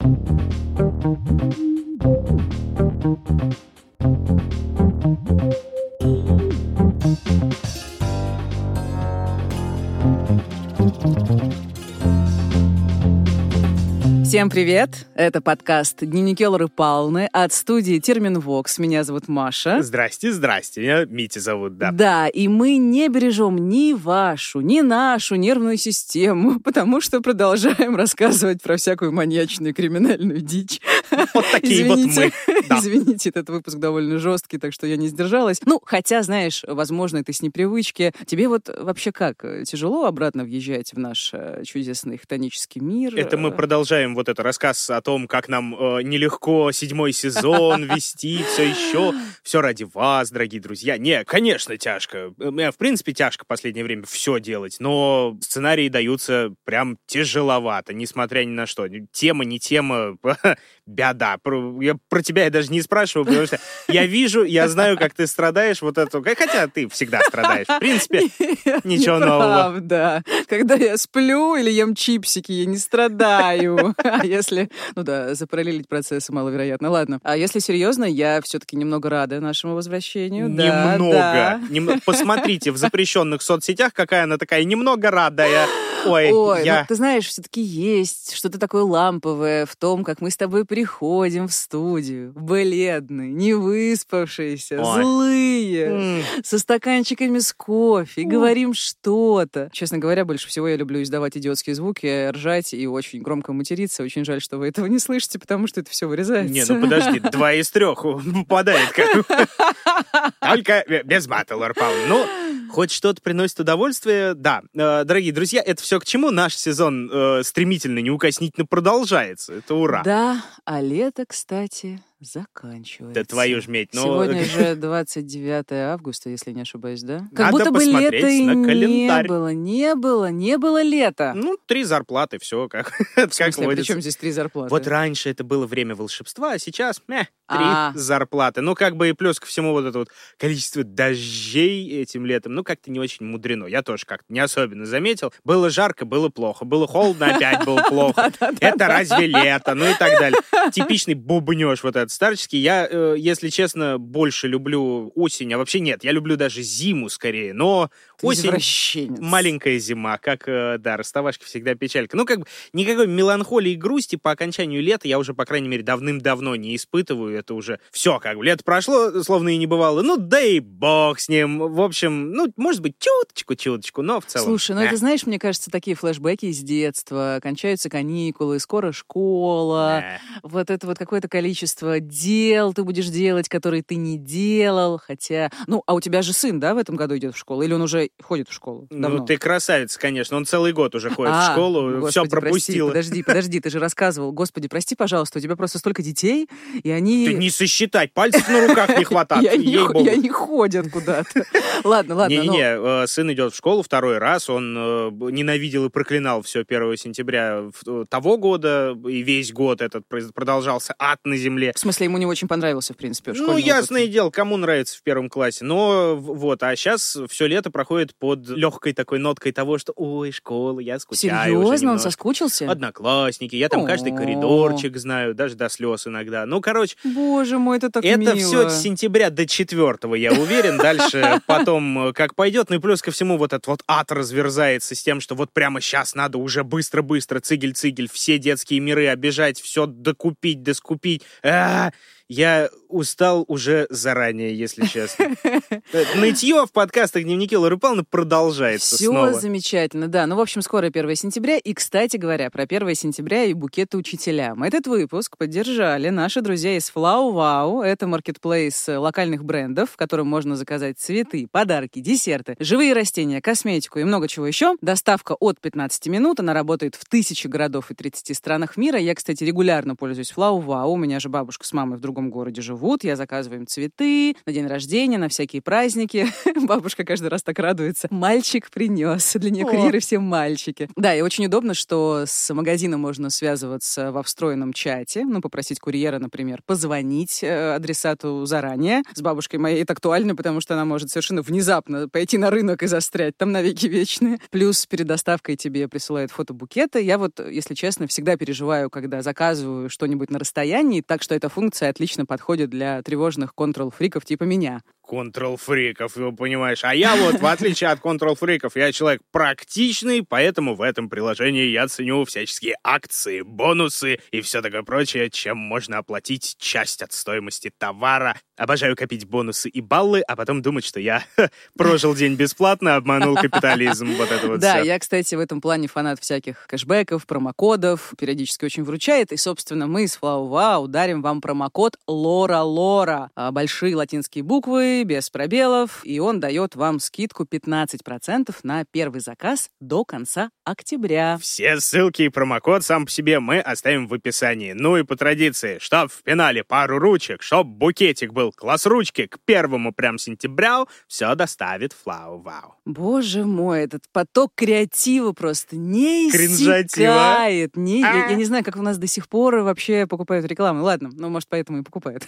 Всем привет! Это подкаст «Дневники Лоры Павловны» от студии Терминвокс. Меня зовут Маша. Здрасте. Меня Митя зовут, да. Да, и мы не бережем ни вашу, ни нашу нервную систему, потому что продолжаем рассказывать про всякую маньячную криминальную дичь. Вот такие вот мы. Да. Извините, этот выпуск довольно жесткий, так что я не сдержалась. Хотя, знаешь, возможно, это с непривычки. Тебе вот вообще как? Тяжело обратно въезжать в наш чудесный хтонический мир? Это мы продолжаем вот это рассказ о том, как нам нелегко 7-й сезон вести, все еще. Все ради вас, дорогие друзья. Не, конечно, тяжко. В принципе, тяжко в последнее время все делать, но сценарии даются прям тяжеловато, несмотря ни на что. Тема, не тема, беда. Я про тебя я даже не спрашиваю, потому что я вижу, я знаю, как ты страдаешь вот это. Хотя ты всегда страдаешь. В принципе, ничего нового. Правда. Когда я сплю или ем чипсики, я не страдаю. А если... запараллелить процессы маловероятно. Ладно. А если серьезно, я все-таки немного рада нашему возвращению. Немного. Посмотрите в запрещенных соцсетях, какая она такая немного радая. Ты знаешь, все-таки есть что-то такое ламповое в том, как мы с тобой приходим в студию, бледные, невыспавшиеся, злые, со стаканчиками с кофе, и говорим что-то. Честно говоря, больше всего я люблю издавать идиотские звуки, ржать и очень громко материться. Очень жаль, что вы этого не слышите, потому что это все вырезается. Не, подожди, 2 из 3 попадает. Только без мата, Лора Павловна. Хоть что-то приносит удовольствие, да. Дорогие друзья, это все к чему? Наш сезон стремительно, неукоснительно продолжается. Это ура. Да, а лето, кстати, заканчивается. Да твою ж медь. Сегодня же 29 августа, если не ошибаюсь, да? Как будто бы лета и на календарь. Не было лета. 3 зарплаты, все как В смысле, при чем здесь 3 зарплаты? Вот раньше это было время волшебства, а сейчас 3 зарплаты. И плюс ко всему вот это вот количество дождей этим летом, как-то не очень мудрено. Я тоже как-то не особенно заметил. Было жарко, было плохо. Было холодно, опять было плохо. Это разве лето? И так далее. Типичный бубнёж вот этот старческий. Я, если честно, больше люблю осень. А вообще нет, я люблю даже зиму скорее. Но осень, маленькая зима. Как, расставашки всегда печалька. Никакой меланхолии и грусти по окончанию лета я уже, по крайней мере, давным-давно не испытываю. Это уже все, лето прошло, словно и не бывало. Да и бог с ним. В общем, может быть, чуточку, но в целом... Слушай, это, знаешь, мне кажется, такие флешбеки из детства. Кончаются каникулы, скоро школа. Вот это вот какое-то количество дел ты будешь делать, которые ты не делал. Хотя... а у тебя же сын, да, в этом году идет в школу? Или он уже ходит в школу давно? Ты красавица, конечно. Он целый год уже ходит в школу. Все пропустил. Подожди, ты же рассказывал. Господи, прости, пожалуйста, у тебя просто столько детей, и они... Ты не сосчитать, пальцев на руках не хватает. И они ходят куда-то. Ладно. Не-не-не, сын идет в школу 2-й раз, он ненавидел и проклинал все 1 сентября того года, и весь год этот продолжался ад на земле. В смысле, ему не очень понравился, в принципе, ясное дело, кому нравится в 1 классе, но а сейчас все лето проходит под легкой такой ноткой того, что школа, я скучаю. Серьезно? Он соскучился? Одноклассники, я там каждый коридорчик знаю, даже до слез иногда. Боже мой, это так мило. Это все с сентября до 4-го, я уверен. Дальше потом как пойдет. И плюс ко всему вот этот вот ад разверзается с тем, что вот прямо сейчас надо уже быстро-быстро, цигель-цигель, все детские миры обижать, все докупить, доскупить. Я устал уже заранее, если честно. Нытье в подкастах «Дневники Лоры Павловны» продолжается снова. Все замечательно, да. В общем, скоро 1 сентября. И, кстати говоря, про 1 сентября и букеты учителям. Этот выпуск поддержали наши друзья из FlowWow. Это маркетплейс локальных брендов, в котором можно заказать цветы, подарки, десерты, живые растения, косметику и много чего еще. Доставка от 15 минут. Она работает в 1000 городов и 30 странах мира. Я, кстати, регулярно пользуюсь FlowWow. У меня же бабушка с мамой в другом каком городе живут. Я заказываю им цветы на день рождения, на всякие праздники. Бабушка каждый раз так радуется. Мальчик принес. Для нее курьеры все мальчики. Да, и очень удобно, что с магазином можно связываться во встроенном чате. Ну, попросить курьера, например, позвонить адресату заранее. С бабушкой моей это актуально, потому что она может совершенно внезапно пойти на рынок и застрять там навеки вечные. Плюс перед доставкой тебе присылают фотобукеты. Я вот, если честно, всегда переживаю, когда заказываю что-нибудь на расстоянии, так что эта функция отлично подходит для тревожных контрол-фриков типа меня. Контрол-фриков, понимаешь. А я вот, в отличие от контрол-фриков, я человек практичный, поэтому в этом приложении я ценю всяческие акции, бонусы и все такое прочее, чем можно оплатить часть от стоимости товара. Обожаю копить бонусы и баллы, а потом думать, что я прожил день бесплатно, обманул капитализм, вот это вот да, все. Я, кстати, в этом плане фанат всяких кэшбэков, промокодов, периодически очень вручает, и, собственно, мы с Flow Wow дарим вам промокод LORA. Большие латинские буквы, без пробелов, и он дает вам скидку 15% на первый заказ до конца октября. Все ссылки и промокод сам по себе мы оставим в описании. Ну и по традиции, чтоб в пенале пару ручек, чтоб букетик был класс ручки к 1 прям сентября, все доставит Flow Wow. Боже мой, этот поток креатива просто не иссякает. Я не знаю, как у нас до сих пор вообще покупают рекламу. Ладно, ну, может, поэтому и покупают.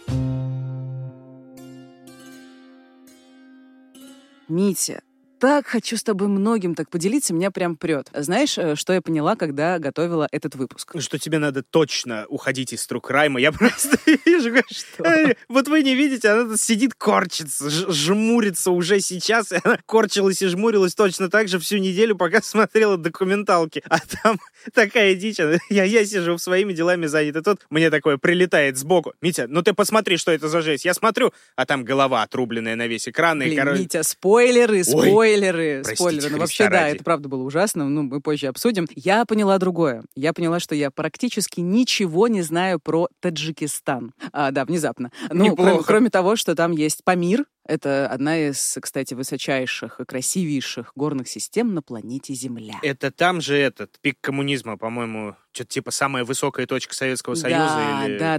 Митя, так хочу с тобой многим так поделиться, меня прям прет. Знаешь, что я поняла, когда готовила этот выпуск? Что тебе надо точно уходить из True Crime. Я просто вижу, вот вы не видите, она сидит, корчится, жмурится уже сейчас. И она корчилась и жмурилась точно так же всю неделю, пока смотрела документалки. А там такая дичь. Я сижу своими делами занят, и тут мне такое прилетает сбоку. Митя, ну ты посмотри, что это за жесть. Я смотрю, а там голова отрубленная на весь экран. Блин, Митя, спойлеры. Простите, Ну, вообще, да, это правда было ужасно, ну, мы позже обсудим. Я поняла другое. Я поняла, что я практически ничего не знаю про Таджикистан. Да, внезапно. Ну, кроме того, что там есть Памир. Это одна из, кстати, высочайших и красивейших горных систем на планете Земля. Это там же этот пик коммунизма, по-моему, что-то типа самая высокая точка Советского Союза? Или... Да,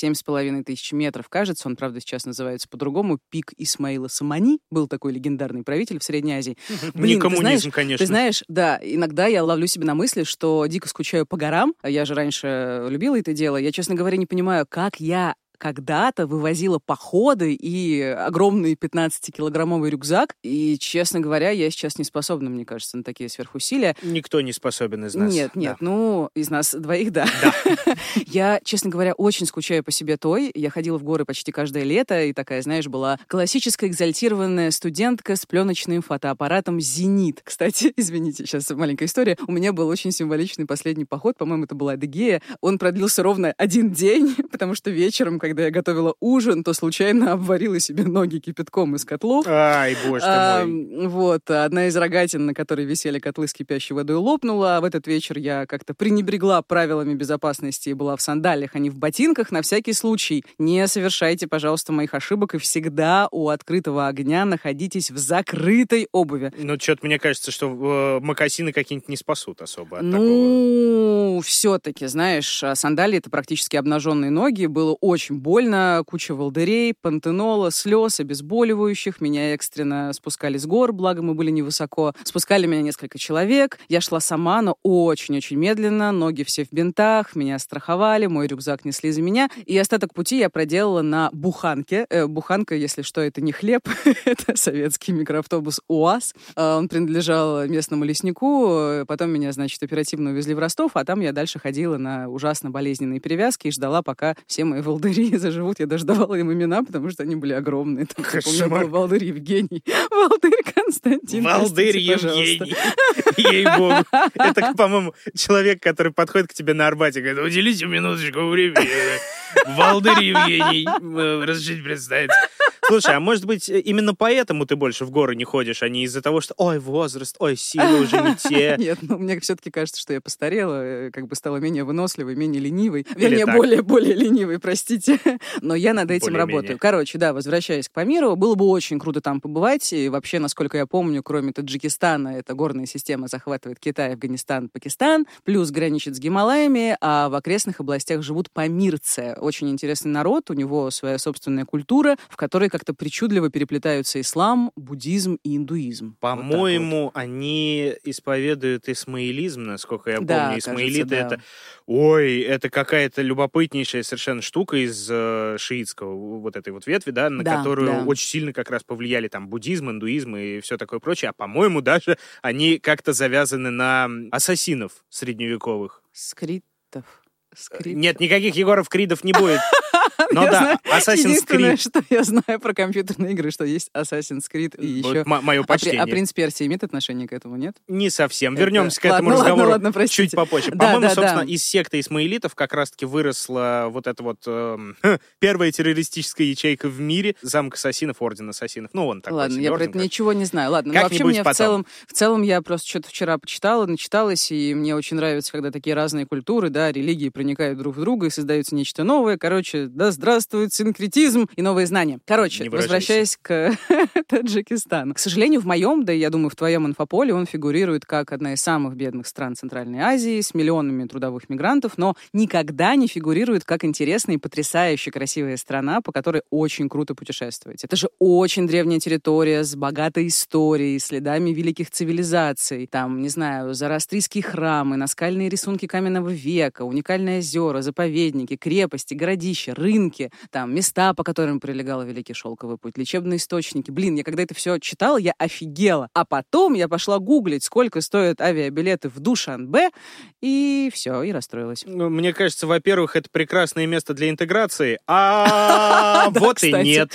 7,5 метров, кажется. Он, правда, сейчас называется по-другому. Пик Исмаила Самани. Был такой легендарный правитель в Средней Азии. Блин, не коммунизм, конечно. Ты знаешь, да, иногда я ловлю себя на мысли, что дико скучаю по горам. Я же раньше любила это дело. Я, честно говоря, не понимаю, как я когда-то вывозила походы и огромный 15-килограммовый рюкзак. И, честно говоря, я сейчас не способна, мне кажется, на такие сверхусилия. Никто не способен из нас. Нет, да. Ну, из нас двоих, да. Я, честно говоря, очень скучаю по себе той. Я ходила в горы почти каждое лето, и такая, знаешь, была классическая экзальтированная студентка с пленочным фотоаппаратом «Зенит». Кстати, извините, сейчас маленькая история. У меня был очень символичный последний поход, по-моему, это была Адыгея. Он продлился ровно 1 день, потому что вечером, когда я готовила ужин, то случайно обварила себе ноги кипятком из котлов. Ай, боже ты мой. Вот, одна из рогатин, на которой висели котлы с кипящей водой, лопнула, а в этот вечер я как-то пренебрегла правилами безопасности и была в сандалиях, а не в ботинках, на всякий случай. Не совершайте, пожалуйста, моих ошибок, и всегда у открытого огня находитесь в закрытой обуви. Ну, что-то мне кажется, что мокасины какие-нибудь не спасут особо от такого. Ну, все-таки, знаешь, сандалии — это практически обнаженные ноги, было очень больно, куча волдырей, пантенола, слез, обезболивающих. Меня экстренно спускали с гор, благо мы были невысоко. Спускали меня несколько человек. Я шла сама, но очень-очень медленно. Ноги все в бинтах, меня страховали, мой рюкзак несли за меня. И остаток пути я проделала на буханке. Буханка, если что, это не хлеб, это советский микроавтобус УАЗ. Он принадлежал местному леснику. Потом меня, значит, оперативно увезли в Ростов, а там я дальше ходила на ужасно болезненные перевязки и ждала, пока все мои волдыри заживут. Я даже давала им имена, потому что они были огромные. Там, у меня был Волдырь Евгений, Волдырь Константин. Волдырь Евгений. Ей-богу. Это, по-моему, человек, который подходит к тебе на Арбате и говорит: уделите минуточку времени. Волдырь Евгений. Разрешите представить. Слушай, а может быть, именно поэтому ты больше в горы не ходишь, а не из-за того, что, ой, возраст, ой, силы уже не те? Нет, мне все-таки кажется, что я постарела, как бы стала менее выносливой, менее ленивой. Вернее, более ленивой, простите. Но я над этим работаю. Короче, да, возвращаясь к Памиру, было бы очень круто там побывать. И вообще, насколько я помню, кроме Таджикистана, эта горная система захватывает Китай, Афганистан, Пакистан, плюс граничит с Гималаями, а в окрестных областях живут памирцы. Очень интересный народ, у него своя собственная культура, в которой как-то причудливо переплетаются ислам, буддизм и индуизм. По-моему, они исповедуют исмаилизм, насколько я помню. Да, Исмаилиты кажется, это... Ой, это какая-то любопытнейшая совершенно штука из шиитского вот этой вот ветви, да, на которую очень сильно как раз повлияли там буддизм, индуизм и все такое прочее. А, по-моему, даже они как-то завязаны на ассасинов средневековых. Скриптов. Нет, никаких Егоров Кридов не будет. Но да, Assassin's Creed. Что я знаю про компьютерные игры, что есть Assassin's Creed и еще... Мое почтение. А «Принц Персии» имеет отношение к этому, нет? Не совсем. Вернемся к этому разговору чуть попозже. По-моему, собственно, из секты исмаилитов как раз-таки выросла вот эта вот первая террористическая ячейка в мире, замок ассасинов, орден ассасинов. Ну, он такой. Ладно, я про это ничего не знаю. Ладно, но вообще мне в целом я просто что-то вчера почитала, начиталась, и мне очень нравится, когда такие разные культуры, да, религии проникают друг в друга и создаются нечто новое. Короче, да здравствует синкретизм и новые знания. Короче, возвращаясь к Таджикистану. К сожалению, в моем, да и я думаю, в твоем инфополе он фигурирует как одна из самых бедных стран Центральной Азии с миллионами трудовых мигрантов, но никогда не фигурирует как интересная и потрясающе красивая страна, по которой очень круто путешествовать. Это же очень древняя территория с богатой историей, следами великих цивилизаций. Там, не знаю, зороастрийские храмы, наскальные рисунки каменного века, уникальные озера, заповедники, крепости, городища, рынки, там места, по которым пролегал Великий Шелковый путь, лечебные источники. Блин, я когда это все читала, я офигела. А потом я пошла гуглить, сколько стоят авиабилеты в Душанбе, и все, и расстроилась. Ну, мне кажется, во-первых, это прекрасное место для интеграции, а вот и нет.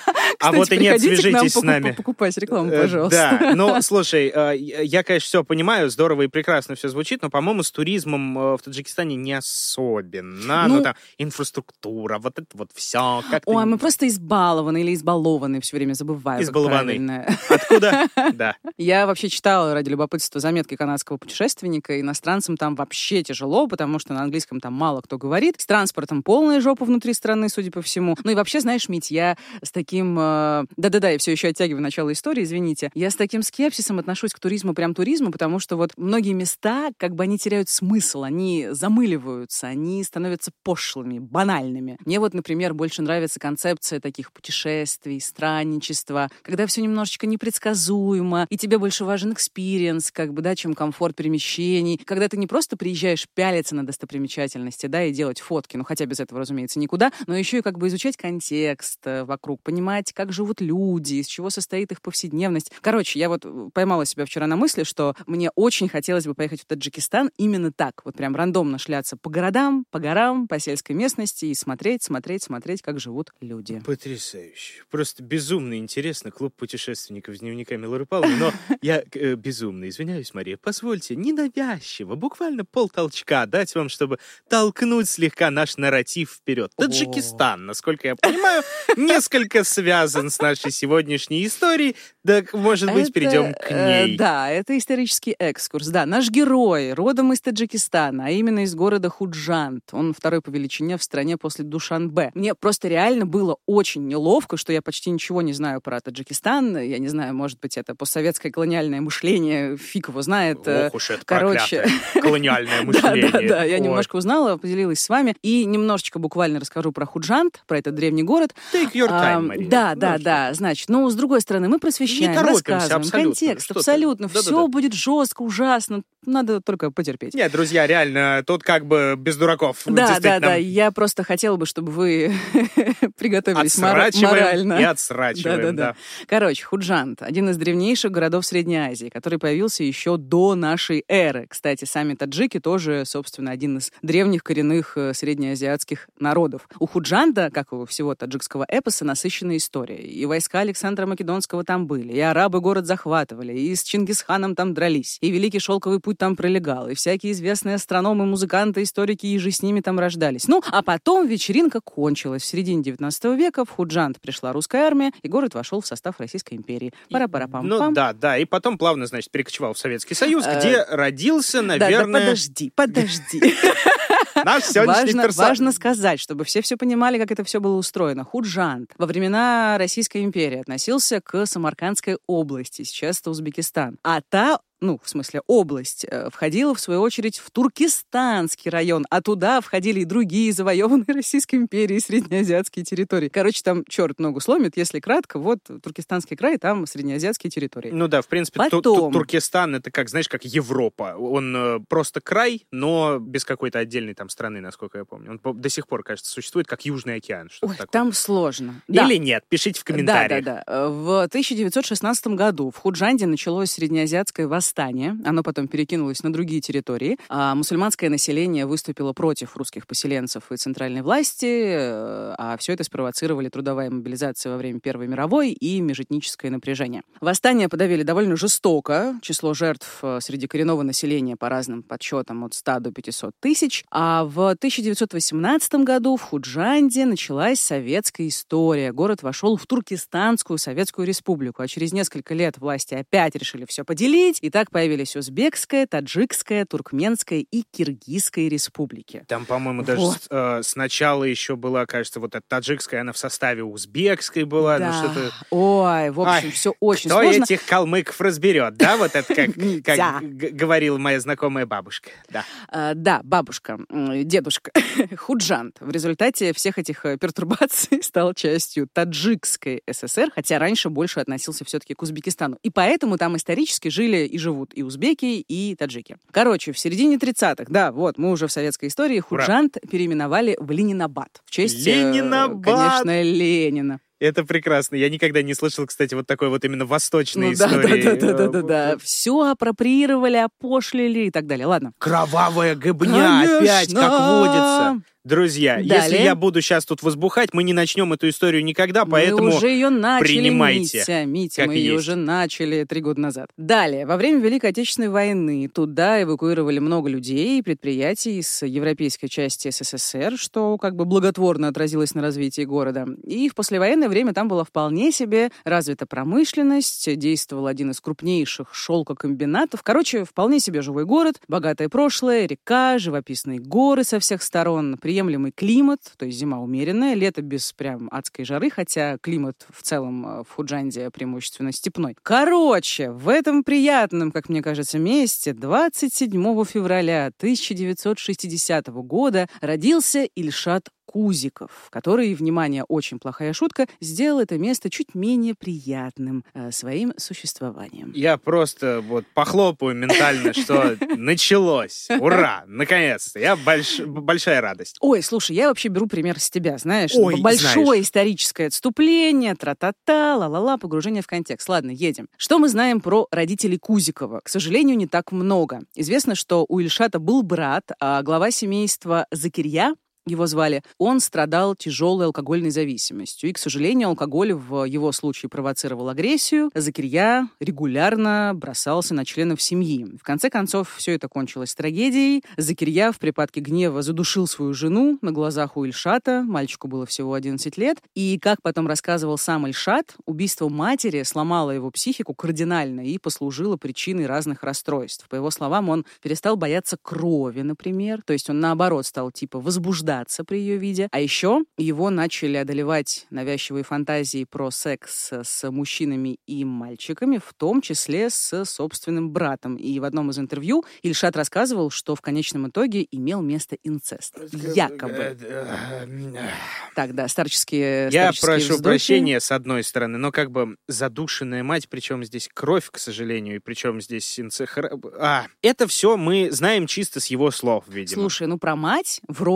А вот и нет, свяжитесь с нами. Покупать рекламу, пожалуйста. Да, ну, слушай, я, конечно, все понимаю, здорово и прекрасно все звучит, но, по-моему, с туризмом в Таджикистане не особенно. Ну, там, инфраструктура, вот это вот все. Ой, мы просто избалованы или избалованы, все время забываю. Избалованы. Откуда? Да. Я вообще читала ради любопытства заметки канадского путешественника. Иностранцам там вообще тяжело, потому что на английском там мало кто говорит. С транспортом полная жопа внутри страны, судя по всему. Ну и вообще, знаешь, Мить, я с таким... Да-да-да, я все еще оттягиваю начало истории, извините. Я с таким скепсисом отношусь к туризму, прям туризму, потому что вот многие места, как бы они теряют смысл, они замыливаются, они становятся пошлыми, банальными. Мне вот, например, больше нравится концепция таких путешествий, странничества, когда все немножечко непредсказуемо, и тебе больше важен экспириенс, как бы, да, чем комфорт перемещений. Когда ты не просто приезжаешь пялиться на достопримечательности, да, и делать фотки, ну, хотя без этого, разумеется, никуда, но еще и как бы изучать контекст вокруг, понимать, как живут люди, из чего состоит их повседневность. Короче, я вот поймала себя вчера на мысли, что мне очень хотелось бы поехать в Таджикистан именно так, вот прям рандомно шляться по городам, по горам, по сельской местности и смотреть, как живут люди. Потрясающе. Просто безумно интересно. Клуб путешественников с дневниками Лоры Павловны. Но я безумно извиняюсь, Мария. Позвольте ненавязчиво, буквально полтолчка дать вам, чтобы толкнуть слегка наш нарратив вперед. Таджикистан, насколько я понимаю, несколько связан с нашей сегодняшней историей. Так, может быть, перейдем к ней. Да, это исторический экскурс. Да, наш герой родом из Таджикистана, а именно из города Худжанд. Он второй по величине в стране после Душанбе. Мне просто реально было очень неловко, что я почти ничего не знаю про Таджикистан. Я не знаю, может быть, это постсоветское колониальное мышление, фиг его знает. Ох уж это проклятое колониальное мышление. Да, я немножко узнала, поделилась с вами. И немножечко буквально расскажу про Худжанд, про этот древний город. Take your time, Мария. Да. Значит, с другой стороны, мы просвещаем, рассказываем. Контекст, абсолютно. Все будет жестко, ужасно. Надо только потерпеть. Нет, друзья, реально, тут как бы без дураков. Да. Я просто хотела бы, чтобы вы приготовились морально. И отсрачиваем, да. Короче, Худжанд — один из древнейших городов Средней Азии, который появился еще до нашей эры. Кстати, сами таджики тоже, собственно, один из древних коренных среднеазиатских народов. У Худжанда, как у всего таджикского эпоса, насыщенная история. И войска Александра Македонского там были, и арабы город захватывали, и с Чингисханом там дрались, и Великий Шелковый путь там пролегал, и всякие известные астрономы, музыканты, историки и же с ними там рождались. Ну, а потом вечеринка кончилась. В середине 19 века в Худжанд пришла русская армия, и город вошел в состав Российской империи. Пара-пара-пам-пам. Ну да, и потом плавно, значит, перекочевал в Советский Союз, где родился, наверное... Да, подожди. Наш сегодняшний персонаж. Важно сказать, чтобы все понимали, как это все было устроено. Худжанд во времена Российской империи относился к Самаркандской области, сейчас это Узбекистан. А та область, входила, в свою очередь, в Туркестанский район, а туда входили и другие завоеванные Российской империей среднеазиатские территории. Короче, там черт ногу сломит, если кратко, вот Туркестанский край, там среднеазиатские территории. Ну да, в принципе, Туркестан — это как Европа. Он просто край, но без какой-то отдельной там страны, насколько я помню. Он до сих пор, кажется, существует как Южный океан. Там сложно. Или нет, пишите в комментариях. Да. В 1916 году в Худжанде началось среднеазиатское восстание. Оно потом перекинулось на другие территории. Мусульманское население выступило против русских поселенцев и центральной власти, а все это спровоцировали трудовая мобилизация во время Первой мировой и межэтническое напряжение. Восстание подавили довольно жестоко. Число жертв среди коренного населения по разным подсчетам от 100 до 500 тысяч. А в 1918 году в Худжанде началась советская история. Город вошел в Туркестанскую Советскую Республику. А через несколько лет власти опять решили все поделить. И так появились Узбекская, Таджикская, Туркменская и Киргизская республики. Там, по-моему, даже сначала еще была, кажется, вот эта Таджикская, она в составе Узбекской была. Да. Ну, что-то... Ой, в общем, все очень сложно. Кто этих калмыков разберет, да? Вот это как говорила моя знакомая бабушка. Да, бабушка, дедушка. Худжанд в результате всех этих пертурбаций стал частью Таджикской ССР, хотя раньше больше относился все-таки к Узбекистану. И поэтому там исторически жили и живут и узбеки, и таджики. Короче, в середине 30-х, мы уже в советской истории, Худжанд переименовали в Ленинабад. В честь, конечно, Ленина. Это прекрасно. Я никогда не слышал, кстати, вот такой вот именно восточной истории. Да. Все апроприировали, опошлили и так далее. Ладно. Кровавая гыбня опять, как водится. Друзья, если я буду сейчас тут возбухать, мы не начнем эту историю никогда, поэтому мы уже ее начали, принимайте. Митя, мы ее уже начали 3 года назад. Далее, во время Великой Отечественной войны туда эвакуировали много людей и предприятий из европейской части СССР, что как бы благотворно отразилось на развитии города. И в послевоенное время там была вполне себе развита промышленность, действовал один из крупнейших шелкокомбинатов. Короче, вполне себе живой город, богатое прошлое, река, живописные горы со всех сторон, приемлемый климат, то есть зима умеренная, лето без прям адской жары, хотя климат в целом в Худжанде преимущественно степной. Короче, в этом приятном, как мне кажется, месте 27 февраля 1960 года родился Ильшат Кузиков, который, внимание, очень плохая шутка, сделал это место чуть менее приятным своим существованием. Я просто похлопаю ментально, что началось. Ура! Наконец-то! Большая радость. Ой, слушай, я вообще беру пример с тебя, знаешь? Большое историческое отступление, тра-та-та, ла-ла-ла, погружение в контекст. Ладно, едем. Что мы знаем про родителей Кузикова? К сожалению, не так много. Известно, что у Ильшата был брат, а глава семейства Закирья, его звали, он страдал тяжелой алкогольной зависимостью. И, к сожалению, алкоголь в его случае провоцировал агрессию. Закирья регулярно бросался на членов семьи. В конце концов, все это кончилось трагедией. Закирья в припадке гнева задушил свою жену на глазах у Ильшата. Мальчику было всего 11 лет. И, как потом рассказывал сам Ильшат, убийство матери сломало его психику кардинально и послужило причиной разных расстройств. По его словам, он перестал бояться крови, например. То есть он, наоборот, стал возбуждаться при ее виде. А еще его начали одолевать навязчивые фантазии про секс с мужчинами и мальчиками, в том числе с собственным братом. И в одном из интервью Ильшат рассказывал, что в конечном итоге имел место инцест. Якобы. Так, да, старческие Я прошу вздохи. прощения, с одной стороны, но задушенная мать, причем здесь кровь, к сожалению, и причем здесь это все мы знаем чисто с его слов, видимо. Слушай, про мать вроде как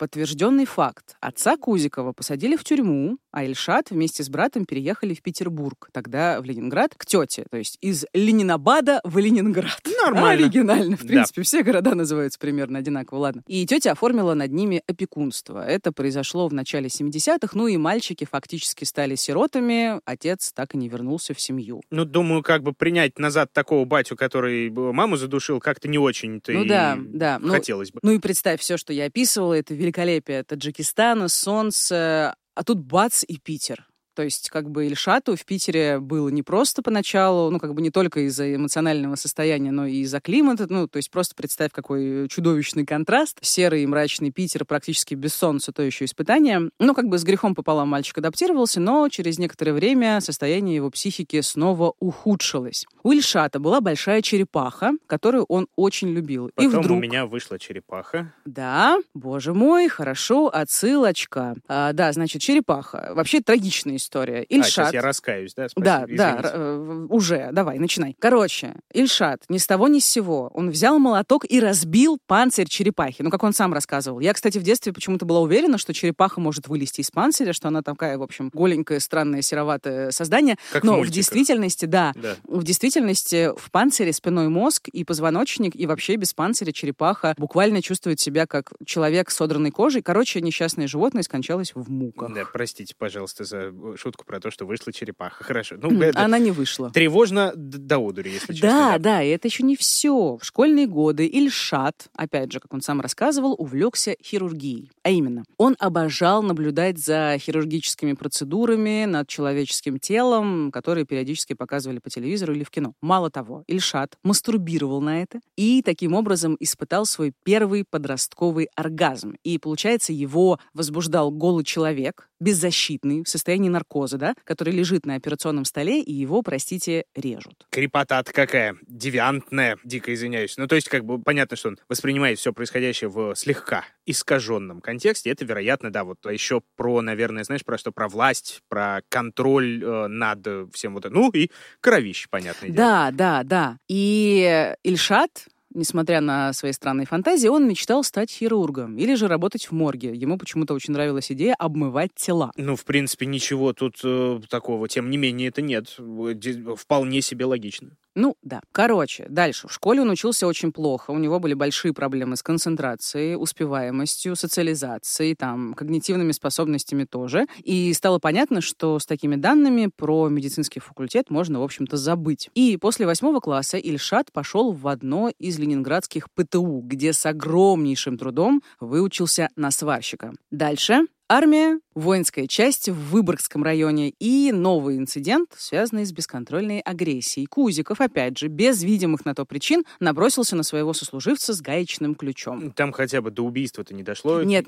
подтвержденный факт. Отца Кузикова посадили в тюрьму, а Ильшат вместе с братом переехали в Петербург, тогда в Ленинград, к тете. То есть из Ленинабада в Ленинград. Нормально. Оригинально. В принципе, все города называются примерно одинаково. Ладно. И тетя оформила над ними опекунство. Это произошло в начале 70-х. Ну и мальчики фактически стали сиротами. Отец так и не вернулся в семью. Ну, думаю, как бы принять назад такого батю, который маму задушил, как-то не очень-то хотелось бы. Ну и представь, все, что я описывала, это великолепие Таджикистана, солнце, а тут бац и Питер. То есть, как бы, Ильшату в Питере было не просто поначалу, ну, как бы, не только из-за эмоционального состояния, но и из-за климата. Ну, то есть, просто представь, какой чудовищный контраст. Серый и мрачный Питер практически без солнца, то еще испытание. Ну, как бы, с грехом пополам мальчик адаптировался, но через некоторое время состояние его психики снова ухудшилось. У Ильшата была большая черепаха, которую он очень любил. Потом и вдруг... у меня вышла черепаха. Да, боже мой, хорошо, отсылочка. Да, значит, черепаха. Вообще трагичная история. Ильшат... сейчас я раскаюсь, да? Спасибо, да, уже, давай, начинай. Короче, Ильшат ни с того ни с сего, он взял молоток и разбил панцирь черепахи. Ну, как он сам рассказывал. Я, кстати, в детстве почему-то была уверена, что черепаха может вылезти из панциря, что она такая, в общем, голенькое, странное, сероватое создание. Как но в действительности, в действительности в панцире спинной мозг и позвоночник, и вообще без панциря черепаха буквально чувствует себя как человек с содранной кожей. Короче, несчастное животное скончалось в муках. Да, простите, пожалуйста, за шутку про то, что вышла черепаха. Хорошо. Ну, она не вышла. Тревожно до одури, если честно. Да, и это еще не все. В школьные годы Ильшат, опять же, как он сам рассказывал, увлекся хирургией. А именно, он обожал наблюдать за хирургическими процедурами над человеческим телом, которые периодически показывали по телевизору или в кино. Мало того, Ильшат мастурбировал на это и таким образом испытал свой первый подростковый оргазм. И, получается, его возбуждал голый человек, беззащитный, в состоянии наркоза, да, который лежит на операционном столе, и его, простите, режут. Крепота-то какая, девиантная, дико извиняюсь. Ну, то есть, как бы, понятно, что он воспринимает все происходящее в слегка искаженном контексте. Это, вероятно, да, вот еще про, наверное, знаешь, про что? Про власть, про контроль над всем вот этим. Ну, и кровище, понятное дело. Да. И Ильшат, несмотря на свои странные фантазии, он мечтал стать хирургом или же работать в морге. Ему почему-то очень нравилась идея обмывать тела. Ну, в принципе, ничего тут такого. Тем не менее, это нет. Вполне себе логично. Ну, да. Короче, дальше. В школе он учился очень плохо. У него были большие проблемы с концентрацией, успеваемостью, социализацией, там, когнитивными способностями тоже. И стало понятно, что с такими данными про медицинский факультет можно, в общем-то, забыть. И после 8 класса Ильшат пошел в одно из ленинградских ПТУ, где с огромнейшим трудом выучился на сварщика. Дальше армия, воинская часть в Выборгском районе и новый инцидент, связанный с бесконтрольной агрессией. Кузиков, опять же, без видимых на то причин, набросился на своего сослуживца с гаечным ключом. Там хотя бы до убийства-то не дошло? Нет.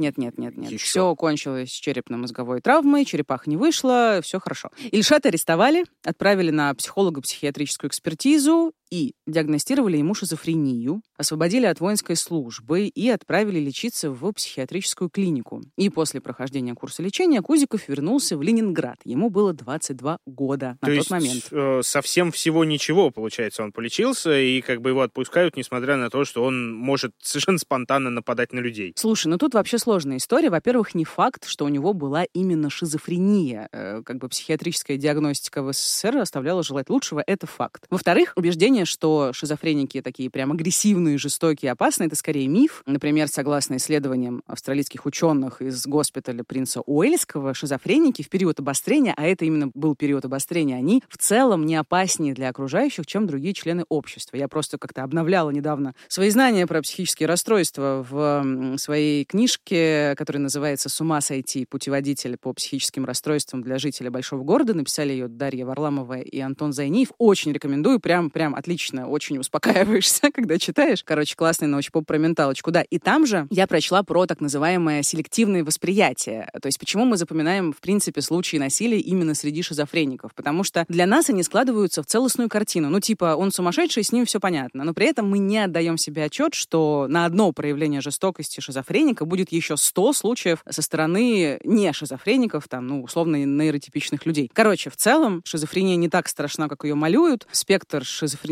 Все кончилось черепно-мозговой травмой, черепаха не вышла, все хорошо. Ильшата арестовали, отправили на психолого-психиатрическую экспертизу и диагностировали ему шизофрению, освободили от воинской службы и отправили лечиться в психиатрическую клинику. И после прохождения курса лечения Кузиков вернулся в Ленинград. Ему было 22 года на тот момент. Совсем всего ничего, получается, он полечился, и как бы его отпускают, несмотря на то, что он может совершенно спонтанно нападать на людей. Слушай, ну тут вообще сложная история. Во-первых, не факт, что у него была именно шизофрения. Как бы психиатрическая диагностика в СССР оставляла желать лучшего, это факт. Во-вторых, убеждение, что шизофреники такие прям агрессивные, жестокие, опасные, это скорее миф. Например, согласно исследованиям австралийских ученых из госпиталя принца Уэльского, шизофреники в период обострения, а это именно был период обострения, они в целом не опаснее для окружающих, чем другие члены общества. Я просто как-то обновляла недавно свои знания про психические расстройства в своей книжке, которая называется «С ума сойти. Путеводитель по психическим расстройствам для жителя большого города». Написали ее Дарья Варламова и Антон Зайниев. Очень рекомендую, прям отлично, очень успокаиваешься, когда читаешь. Короче, классный научпоп про менталочку. Да, и там же я прочла про так называемое селективное восприятие. То есть почему мы запоминаем, в принципе, случаи насилия именно среди шизофреников? Потому что для нас они складываются в целостную картину. Ну, типа, он сумасшедший, с ним все понятно. Но при этом мы не отдаем себе отчет, что на одно проявление жестокости шизофреника будет еще 100 случаев со стороны не шизофреников, там, ну, условно, нейротипичных людей. Короче, в целом, шизофрения не так страшна, как ее малюют. Спектр шизофрении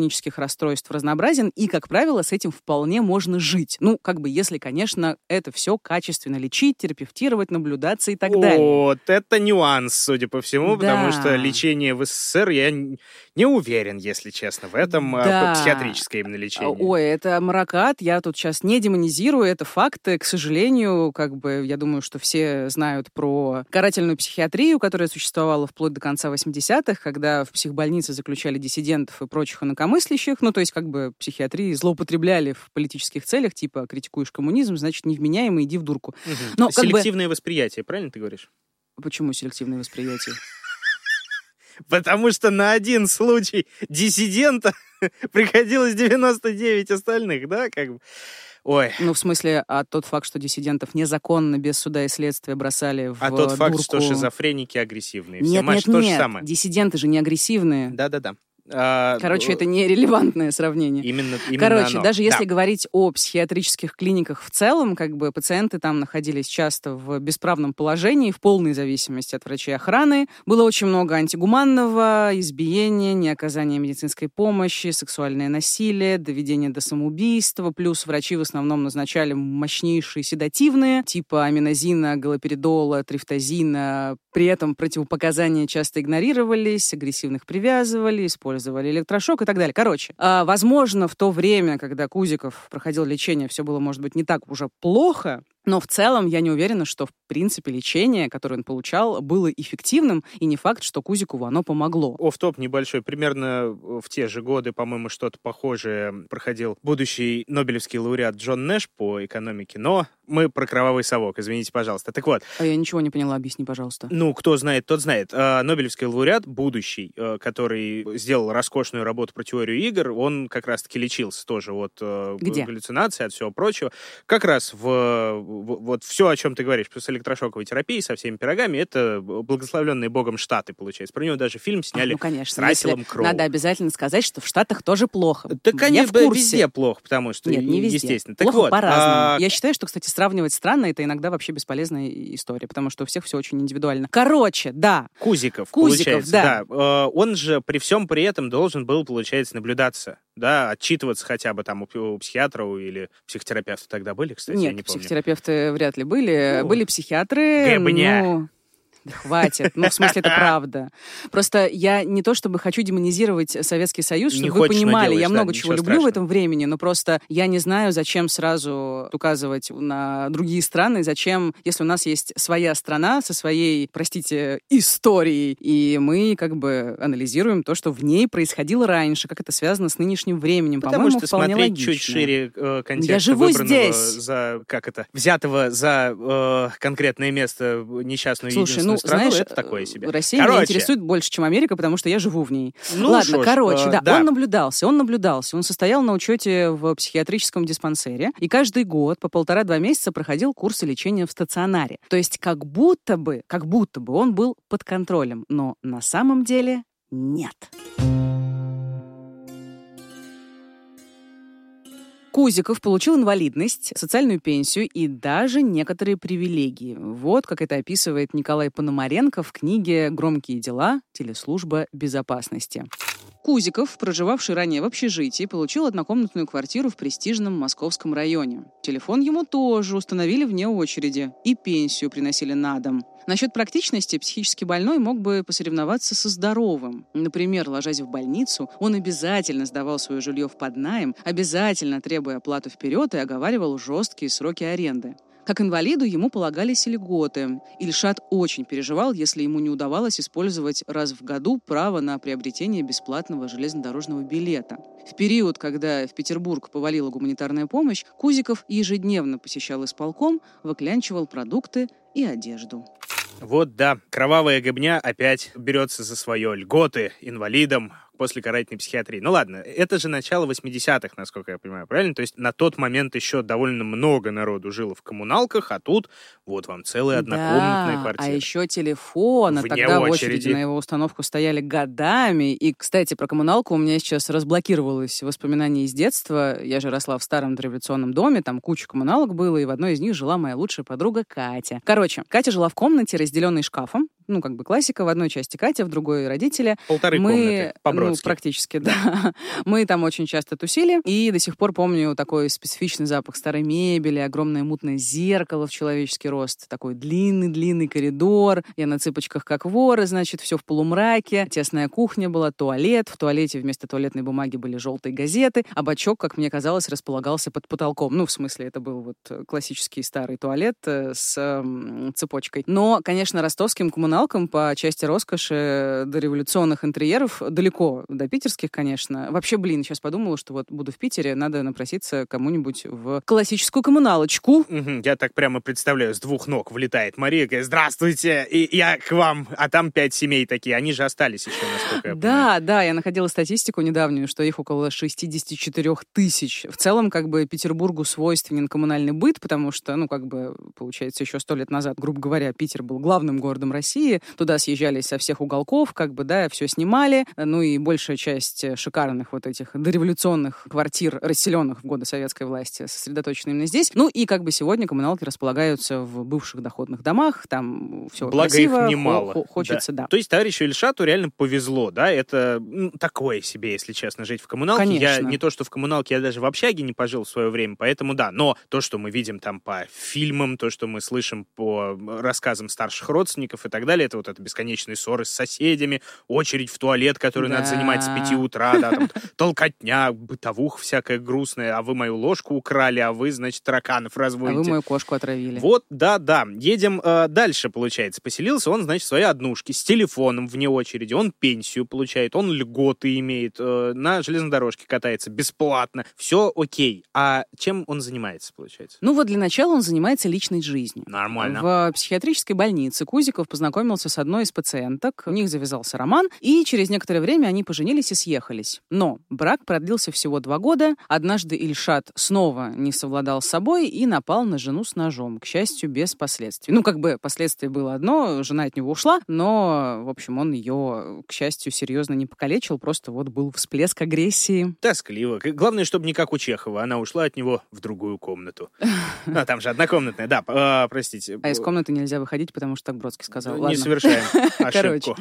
поведенческих расстройств разнообразен, и, как правило, с этим вполне можно жить. Ну, как бы, если, конечно, это все качественно лечить, терапевтировать, наблюдаться и так далее. Вот, это нюанс, судя по всему, потому что лечение в СССР, я не уверен, если честно, в этом психиатрическое именно лечение. Ой, это маракат, я тут сейчас не демонизирую, это факты, к сожалению, как бы, я думаю, что все знают про карательную психиатрию, которая существовала вплоть до конца 80-х, когда в психбольницы заключали диссидентов и прочих инакомыслящих, ну, то есть, как бы, психиатрии злоупотребляли в политических целях, типа, критикуешь коммунизм, значит, невменяемый, иди в дурку. Но, селективное восприятие, правильно ты говоришь? Почему селективное восприятие? Потому что на один случай диссидента приходилось 99 остальных, да, как бы? Ой. Ну, в смысле, тот факт, что диссидентов незаконно, без суда и следствия бросали в дурку... тот факт, что шизофреники агрессивные. Нет, то же самое. Диссиденты же не агрессивные. Да-да-да. Короче, это нерелевантное сравнение. Именно Короче, оно. Даже если говорить о психиатрических клиниках в целом, как бы пациенты там находились часто в бесправном положении, в полной зависимости от врачей и охраны. Было очень много антигуманного, избиения, неоказания медицинской помощи, сексуальное насилие, доведение до самоубийства. Плюс врачи в основном назначали мощнейшие седативные, типа аминозина, галоперидола, трифтазина. При этом противопоказания часто игнорировались, агрессивных привязывали, использовали электрошок и так далее. Короче, возможно, в то время, когда Кузиков проходил лечение, все было, может быть, не так уже плохо, но в целом я не уверена, что, в принципе, лечение, которое он получал, было эффективным, и не факт, что Кузикову оно помогло. Офф-топ небольшой. Примерно в те же годы, по-моему, что-то похожее проходил будущий нобелевский лауреат Джон Нэш по экономике, но мы про кровавый совок, извините, пожалуйста. Так вот. Я ничего не поняла, объясни, пожалуйста. Ну, кто знает, тот знает. Нобелевский лауреат, будущий, который сделал роскошную работу про теорию игр, он как раз-таки лечился тоже от галлюцинаций, от всего прочего. Как раз вот все, о чем ты говоришь, с электрошоковой терапией, со всеми пирогами, это благословленные Богом Штаты, получается. Про него даже фильм сняли с Расселом Кроу. Надо обязательно сказать, что в Штатах тоже плохо. Так они везде плохо, потому что, нет, не везде. Естественно. Плохо так вот, по-разному. Я считаю, что, кстати, сравнивать страны — это иногда вообще бесполезная история, потому что у всех все очень индивидуально. Короче, да. Кузиков получается, да. Он же при всем при этом должен был, получается, наблюдаться, да, отчитываться хотя бы там у психиатра или психотерапевта тогда были, кстати, нет, я не помню. Психотерапевты вряд ли были. Были психиатры. Гэбня. Да хватит. Ну, в смысле, это правда. Просто я не то чтобы хочу демонизировать Советский Союз, чтобы вы понимали, я много чего люблю в этом времени, но просто я не знаю, зачем сразу указывать на другие страны, зачем, если у нас есть своя страна со своей, простите, историей, и мы как бы анализируем то, что в ней происходило раньше, как это связано с нынешним временем. Потому по-моему, что вполне смотреть логично. чуть шире контекста, я живу выбранного здесь. Взятого за конкретное место несчастную единственную страну, знаешь, это такое себе. Россия меня интересует больше, чем Америка, потому что я живу в ней. Ну, ладно, да, он наблюдался. Он состоял на учете в психиатрическом диспансере, и каждый год по 1,5-2 месяца проходил курсы лечения в стационаре. То есть как будто бы он был под контролем, но на самом деле нет. Кузиков получил инвалидность, социальную пенсию и даже некоторые привилегии. Вот как это описывает Николай Пономаренко в книге «Громкие дела. Телеслужба безопасности». Кузиков, проживавший ранее в общежитии, получил однокомнатную квартиру в престижном московском районе. Телефон ему тоже установили вне очереди. И пенсию приносили на дом. Насчет практичности психически больной мог бы посоревноваться со здоровым. Например, ложась в больницу, он обязательно сдавал свое жилье в поднаем, обязательно требуя оплату вперед и оговаривал жесткие сроки аренды. Как инвалиду ему полагались льготы. Ильшат очень переживал, если ему не удавалось использовать раз в году право на приобретение бесплатного железнодорожного билета. В период, когда в Петербург повалила гуманитарная помощь, Кузиков ежедневно посещал исполком, выклянчивал продукты и одежду. Вот да, кровавая Гэбня опять берется за свое. Льготы инвалидам после карательной психиатрии. Ну ладно, это же начало 80-х, насколько я понимаю, правильно? То есть на тот момент еще довольно много народу жило в коммуналках, а тут вот вам целая однокомнатная квартира. А еще телефон, а тогда в очереди на его установку стояли годами. И, кстати, про коммуналку у меня сейчас разблокировалось воспоминание из детства. Я же росла в старом дореволюционном доме, там куча коммуналок было, и в одной из них жила моя лучшая подруга Катя. Короче, Катя жила в комнате, разделенной шкафом, классика. В одной части Катя, в другой родители. Полторы комнаты, по-бродски. Практически, да. Мы там очень часто тусили, и до сих пор помню такой специфичный запах старой мебели, огромное мутное зеркало в человеческий рост, такой длинный-длинный коридор. Я на цыпочках как воры, значит, все в полумраке. Тесная кухня была, туалет. В туалете вместо туалетной бумаги были желтые газеты, а бачок, как мне казалось, располагался под потолком. В смысле, это был вот классический старый туалет с цепочкой. Но, конечно, ростовским коммуналкам по части роскоши дореволюционных интерьеров далеко до питерских, конечно. Вообще, сейчас подумала, что вот буду в Питере, надо напроситься кому-нибудь в классическую коммуналочку. Я так прямо представляю, с двух ног влетает Мария, говорит: здравствуйте, и я к вам, а там 5 семей такие, они же остались еще, насколько я понимаю. Да, я находила статистику недавнюю, что их около 64 тысяч. В целом, Петербургу свойственен коммунальный быт, потому что, получается, еще 100 лет назад, грубо говоря, Питер был главным городом России, туда съезжались со всех уголков, все снимали, и большая часть шикарных вот этих дореволюционных квартир, расселенных в годы советской власти, сосредоточена именно здесь. И сегодня коммуналки располагаются в бывших доходных домах, там все красиво. Благо их немало. Хочется, да. То есть товарищу Ильшату реально повезло, да? Это такое себе, если честно, жить в коммуналке. Конечно. Я не то, что в коммуналке, я даже в общаге не пожил в свое время, поэтому да. Но то, что мы видим там по фильмам, то, что мы слышим по рассказам старших родственников и так далее, это вот это бесконечные ссоры с соседями, очередь в туалет, которую надо занимать с 5 утра, да, там толкотня, бытовух всякая грустная, а вы мою ложку украли, а вы, значит, тараканов разводите. А вы мою кошку отравили. Вот, да. Едем дальше, получается. Поселился он, значит, в своей однушке с телефоном вне очереди, он пенсию получает, он льготы имеет, на железной дорожке катается бесплатно. Все окей. А чем он занимается, получается? Для начала он занимается личной жизнью. Нормально. В психиатрической больнице Кузиков познакомился с одной из пациенток, у них завязался роман, и через некоторое время они поженились и съехались. Но брак продлился всего 2 года. Однажды Ильшат снова не совладал с собой и напал на жену с ножом, к счастью, без последствий. Последствие было одно, жена от него ушла, но, в общем, он ее, к счастью, серьезно не покалечил, просто был всплеск агрессии. Тоскливо. Главное, чтобы не как у Чехова, она ушла от него в другую комнату. Там же однокомнатная, да, простите. А из комнаты нельзя выходить, потому что так Бродский сказал. Не совершаем ошибку.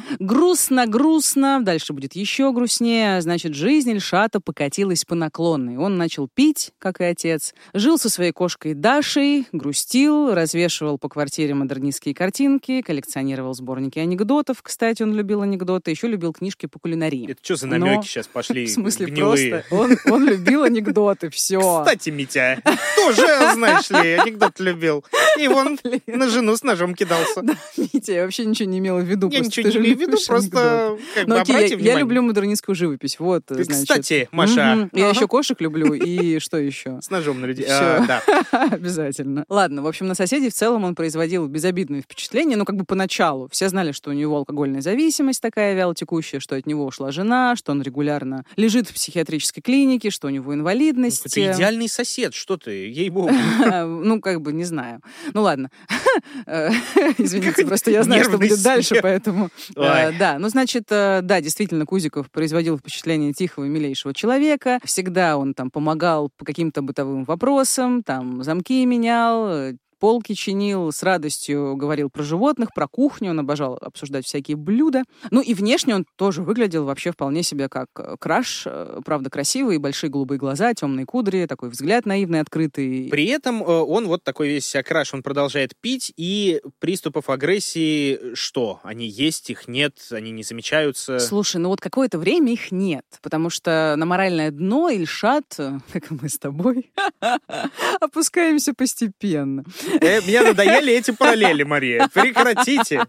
Грустно, дальше будет еще грустнее. Значит, жизнь Ильшата покатилась по наклонной. Он начал пить, как и отец, жил со своей кошкой Дашей, грустил, развешивал по квартире модернистские картинки, коллекционировал сборники анекдотов. Кстати, он любил анекдоты, еще любил книжки по кулинарии. Это что за намеки сейчас пошли? В смысле, гнилые? просто он любил анекдоты, все. Кстати, Митя, тоже, знаешь ли, анекдот любил. И вон на жену с ножом кидался. Да, Митя, я вообще ничего не имела в виду. Я ничего не имею в виду, просто обрати внимание. Я люблю модернистскую живопись, вот, значит. Кстати, Маша. Я еще кошек люблю, и что еще? С ножом на людей. Да. Обязательно. Ладно, в общем, на соседей в целом он производил безобидное впечатление, поначалу. Все знали, что у него алкогольная зависимость такая вялотекущая, что от него ушла жена, что он регулярно лежит в психиатрической клинике, что у него инвалидность. Это идеальный сосед, что ты, ей-богу. Не знаю. Ладно. Извините, просто я знаю, что будет дальше, поэтому... Да, действительно, Кузиков производил впечатление тихого и милейшего человека. Всегда он там помогал по каким-то бытовым вопросам, там замки менял, полки чинил, с радостью говорил про животных, про кухню, он обожал обсуждать всякие блюда. И внешне он тоже выглядел вообще вполне себе как краш, правда, красивый, большие голубые глаза, темные кудри, такой взгляд наивный, открытый. При этом он вот такой весь краш, он продолжает пить, и приступов агрессии что? Они есть, их нет, они не замечаются? Слушай, какое-то время их нет, потому что на моральное дно Ильшат, как и мы с тобой, опускаемся постепенно. Мне надоели эти параллели, Мария. Прекратите.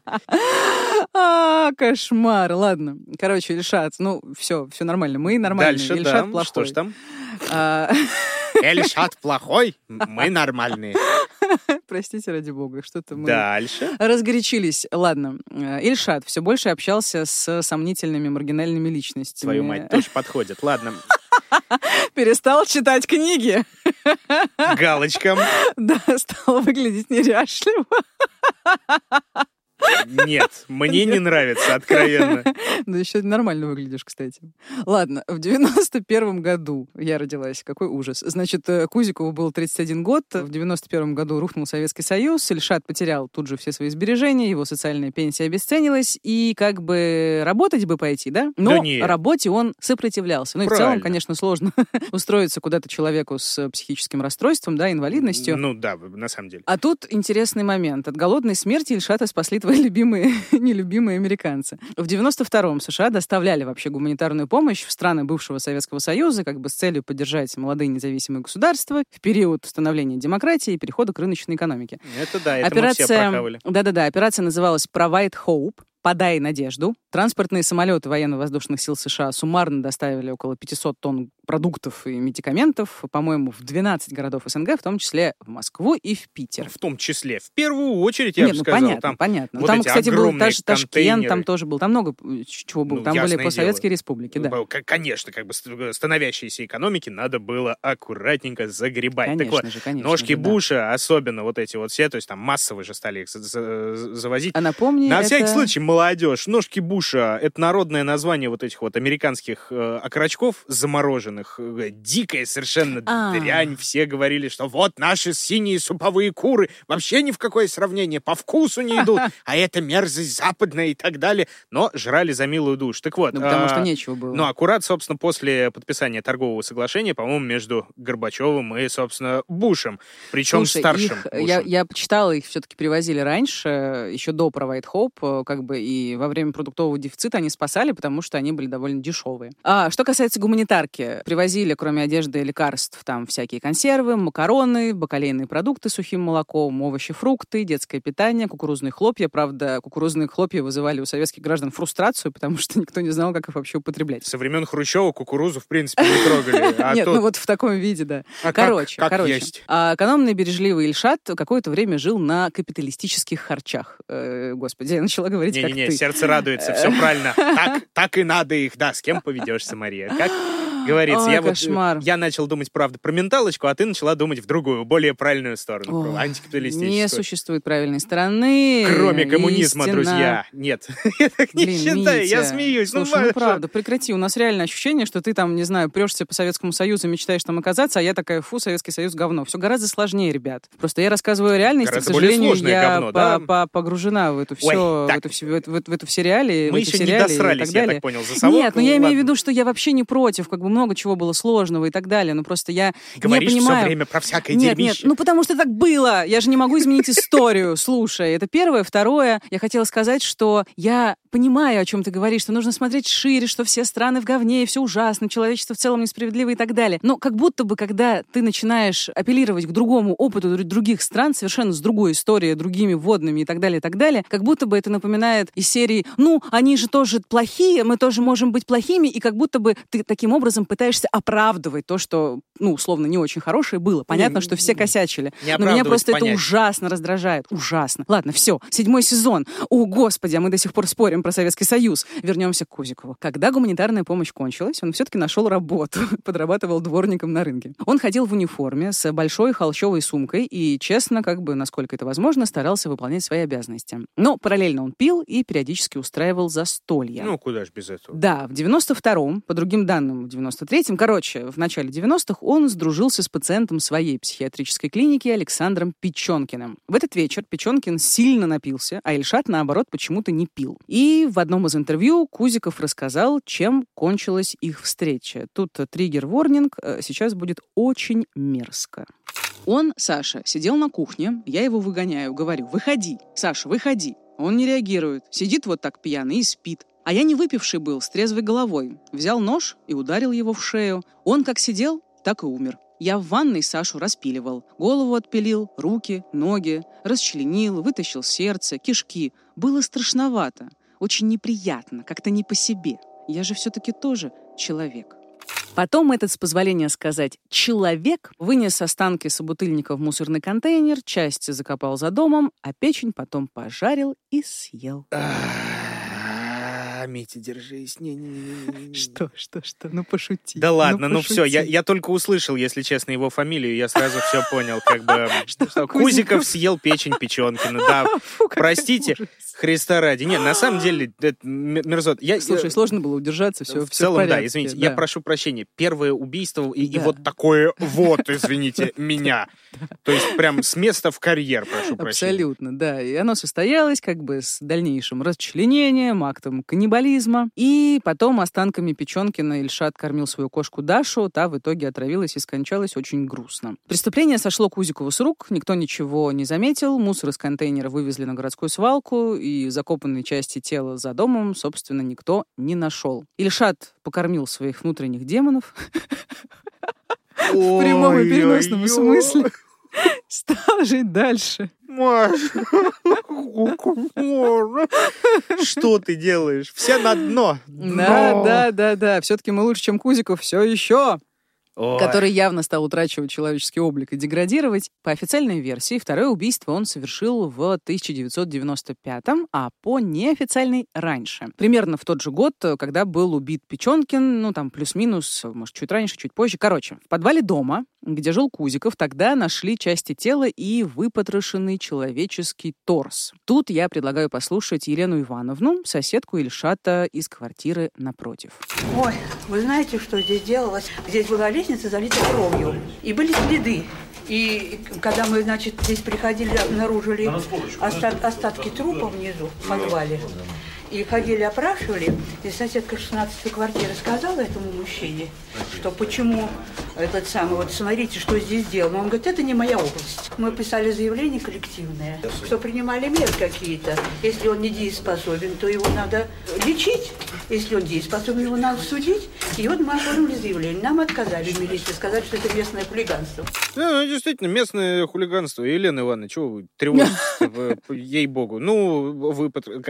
Кошмар. Ладно. Короче, Ильшат, все нормально. Мы нормальные. Дальше, Ильшат да. плохой. Что ж там? Ильшат плохой, мы нормальные. Простите, ради бога, что-то мы Дальше. разгорячились. Ладно. Ильшат все больше общался с сомнительными маргинальными личностями. Твою мать, тоже подходит. Ладно. Перестал читать книги. Галочкам. Да, стал выглядеть неряшливо. Нет, мне не нравится, откровенно. Да еще нормально выглядишь, кстати. Ладно, в 91 году я родилась. Какой ужас. Значит, Кузикову был 31 год. В 91 году рухнул Советский Союз. Ильшат потерял тут же все свои сбережения, его социальная пенсия обесценилась. И как бы работать бы пойти, да? Но работе он сопротивлялся. Ну и в целом, конечно, сложно устроиться куда-то человеку с психическим расстройством, да, инвалидностью. Ну да, на самом деле. А тут интересный момент. От голодной смерти Ильшата спасли твои любимые, нелюбимые американцы. В 92-м США доставляли вообще гуманитарную помощь в страны бывшего Советского Союза как бы с целью поддержать молодые независимые государства в период становления демократии и перехода к рыночной экономике. Это да, это мы все прохавали. Да-да-да, операция называлась «Provide Hope». «Подай надежду». Транспортные самолеты военно-воздушных сил США суммарно доставили около 500 тонн продуктов и медикаментов, по-моему, в 12 городов СНГ, в том числе в Москву и в Питер. В том числе. В первую очередь, я бы сказал. Понятно. Вот там, кстати, был Ташкент, там тоже был. Там много чего было. Там были постсоветские республики, да. Конечно, как бы становящиеся экономики надо было аккуратненько загребать. Конечно, так вот, конечно ножки же, Буша, да. Особенно вот эти вот все, то есть там массово же стали их завозить. А напомни, на всякий случай, молодежь, ножки Буша — это народное название вот этих вот американских окорочков замороженных. Дикая совершенно дрянь. Все говорили, что вот наши синие суповые куры вообще ни в какое сравнение по вкусу не идут, а это мерзость западная и так далее. Но жрали за милую душу. Так вот. Ну, потому что нечего было. Ну, аккурат, собственно, после подписания торгового соглашения, по-моему, между Горбачевым и, собственно, Бушем. Причем старшим Бушем. Я почитала, их все-таки привозили раньше, еще до Provide Hope, как бы, и во время продуктового дефицита они спасали, потому что они были довольно дешевые. Что касается гуманитарки, привозили, кроме одежды и лекарств, там всякие консервы, макароны, бакалейные продукты с сухим молоком, овощи, фрукты, детское питание, кукурузные хлопья. Правда, кукурузные хлопья вызывали у советских граждан фрустрацию, потому что никто не знал, как их вообще употреблять. Со времен Хрущева кукурузу, в принципе, не трогали. Нет, ну вот в таком виде, да. Короче. Есть. Экономный, бережливый Ильшат какое-то время жил на капиталистических харчах. Господи, я начала говорить, как ты. Не-не-не, сердце радуется, все правильно. Так и надо их. Да, с кем поведешься, Мария? Как говорится, я начал думать, правда, про менталочку, а ты начала думать в другую, более правильную сторону, про антикапиталистическую. Не существует правильной стороны. Кроме коммунизма, друзья. Нет, я так не считаю, я смеюсь. Слушай, правда, прекрати. У нас реально ощущение, что ты там, не знаю, прешься по Советскому Союзу и мечтаешь там оказаться, а я такая, фу, Советский Союз говно. Все гораздо сложнее, ребят. Просто я рассказываю реальность, и, к сожалению, я погружена в эту все реалии. Мы еще не досрались, я так понял, за совок. Нет, но я имею в виду, что я вообще не против, как бы много чего было сложного и так далее, но просто я говоришь не понимаю... все время про всякое дерьмище. Нет, потому что так было. Я же не могу изменить историю. Слушай, это первое. Второе, я хотела сказать, что я понимаю, о чем ты говоришь, что нужно смотреть шире, что все страны в говне, и все ужасно, человечество в целом несправедливо и так далее. Но как будто бы, когда ты начинаешь апеллировать к другому опыту других стран, совершенно с другой историей, другими вводными и так далее, как будто бы это напоминает из серии они же тоже плохие, мы тоже можем быть плохими, и как будто бы ты таким образом пытаешься оправдывать то, что, условно, не очень хорошее было. Понятно, что все косячили. Но меня просто это ужасно раздражает. Ужасно. Ладно, все. 7-й сезон. О, Господи, а мы до сих пор спорим про Советский Союз. Вернемся к Кузикову. Когда гуманитарная помощь кончилась, он все-таки нашел работу. Подрабатывал дворником на рынке. Он ходил в униформе с большой холщовой сумкой и, честно, насколько это возможно, старался выполнять свои обязанности. Но параллельно он пил и периодически устраивал застолья. Куда ж без этого? Да, в 92-м, по другим данным, в 93-м, в начале 90-х он сдружился с пациентом своей психиатрической клиники Александром Печенкиным. В этот вечер Печенкин сильно напился, а Ильшат, наоборот, почему-то не пил. И в одном из интервью Кузиков рассказал, чем кончилась их встреча. Тут триггер-ворнинг, сейчас будет очень мерзко. Он, Саша, сидел на кухне, я его выгоняю, говорю: «Выходи, Саша, выходи». Он не реагирует, сидит вот так пьяный и спит. А я не выпивший был, с трезвой головой. Взял нож и ударил его в шею. Он как сидел, так и умер. Я в ванной Сашу распиливал. Голову отпилил, руки, ноги. Расчленил, вытащил сердце, кишки. Было страшновато. Очень неприятно, как-то не по себе. Я же все-таки тоже человек. Потом этот, с позволения сказать, человек вынес останки собутыльника в мусорный контейнер, часть закопал за домом, а печень потом пожарил и съел. Митя, держись. Что? Ну, пошути. Да ладно, ну все, я только услышал, если честно, его фамилию, я сразу все понял, как бы, что Кузиков съел печень Печенкина, да. Простите, Христа ради. Нет, на самом деле, это мерзот. Слушай, сложно было удержаться, все в целом, в порядке, да, извините, я прошу прощения. Первое убийство и вот такое вот, извините, меня. То есть прям с места в карьер, прошу прощения. Абсолютно, да. И оно состоялось как бы с дальнейшим расчленением, актом каннибализма. И потом останками Печенкина Ильшат кормил свою кошку Дашу. Та в итоге отравилась и скончалась очень грустно. Преступление сошло Кузикову с рук, никто ничего не заметил. Мусор из контейнера вывезли на городскую свалку, и закопанные части тела за домом, собственно, никто не нашел. Ильшат покормил своих внутренних демонов в прямом и переносном смысле. Стал жить дальше. Маша, что ты делаешь? Все на дно. Да. Все-таки мы лучше, чем Кузиков, все еще. Который явно стал утрачивать человеческий облик и деградировать. По официальной версии, второе убийство он совершил в 1995-м, а по неофициальной — раньше. Примерно в тот же год, когда был убит Печенкин, ну там плюс-минус, может, чуть раньше, чуть позже. Короче, в подвале дома, где жил Кузиков, тогда нашли части тела и выпотрошенный человеческий торс. Тут я предлагаю послушать Елену Ивановну, соседку Ильшата из квартиры напротив. Ой, вы знаете, что здесь делалось? Здесь была лестница залита кровью. И были следы. И когда мы, значит, здесь приходили, обнаружили остатки трупа внизу, в подвале. И ходили, опрашивали. И соседка 16-й квартиры сказала этому мужчине, что почему этот самый, вот смотрите, что здесь сделано. Он говорит, это не моя область. Мы писали заявление коллективное, что принимали меры какие-то. Если он недееспособен, то его надо лечить. Если он дееспособен, его надо судить. И вот мы оформили заявление. Нам отказали в милиции, сказали, что это местное хулиганство. Да, действительно, местное хулиганство. Елена Ивановна, чего вы тревожитесь? Ей-богу. Ну, вы...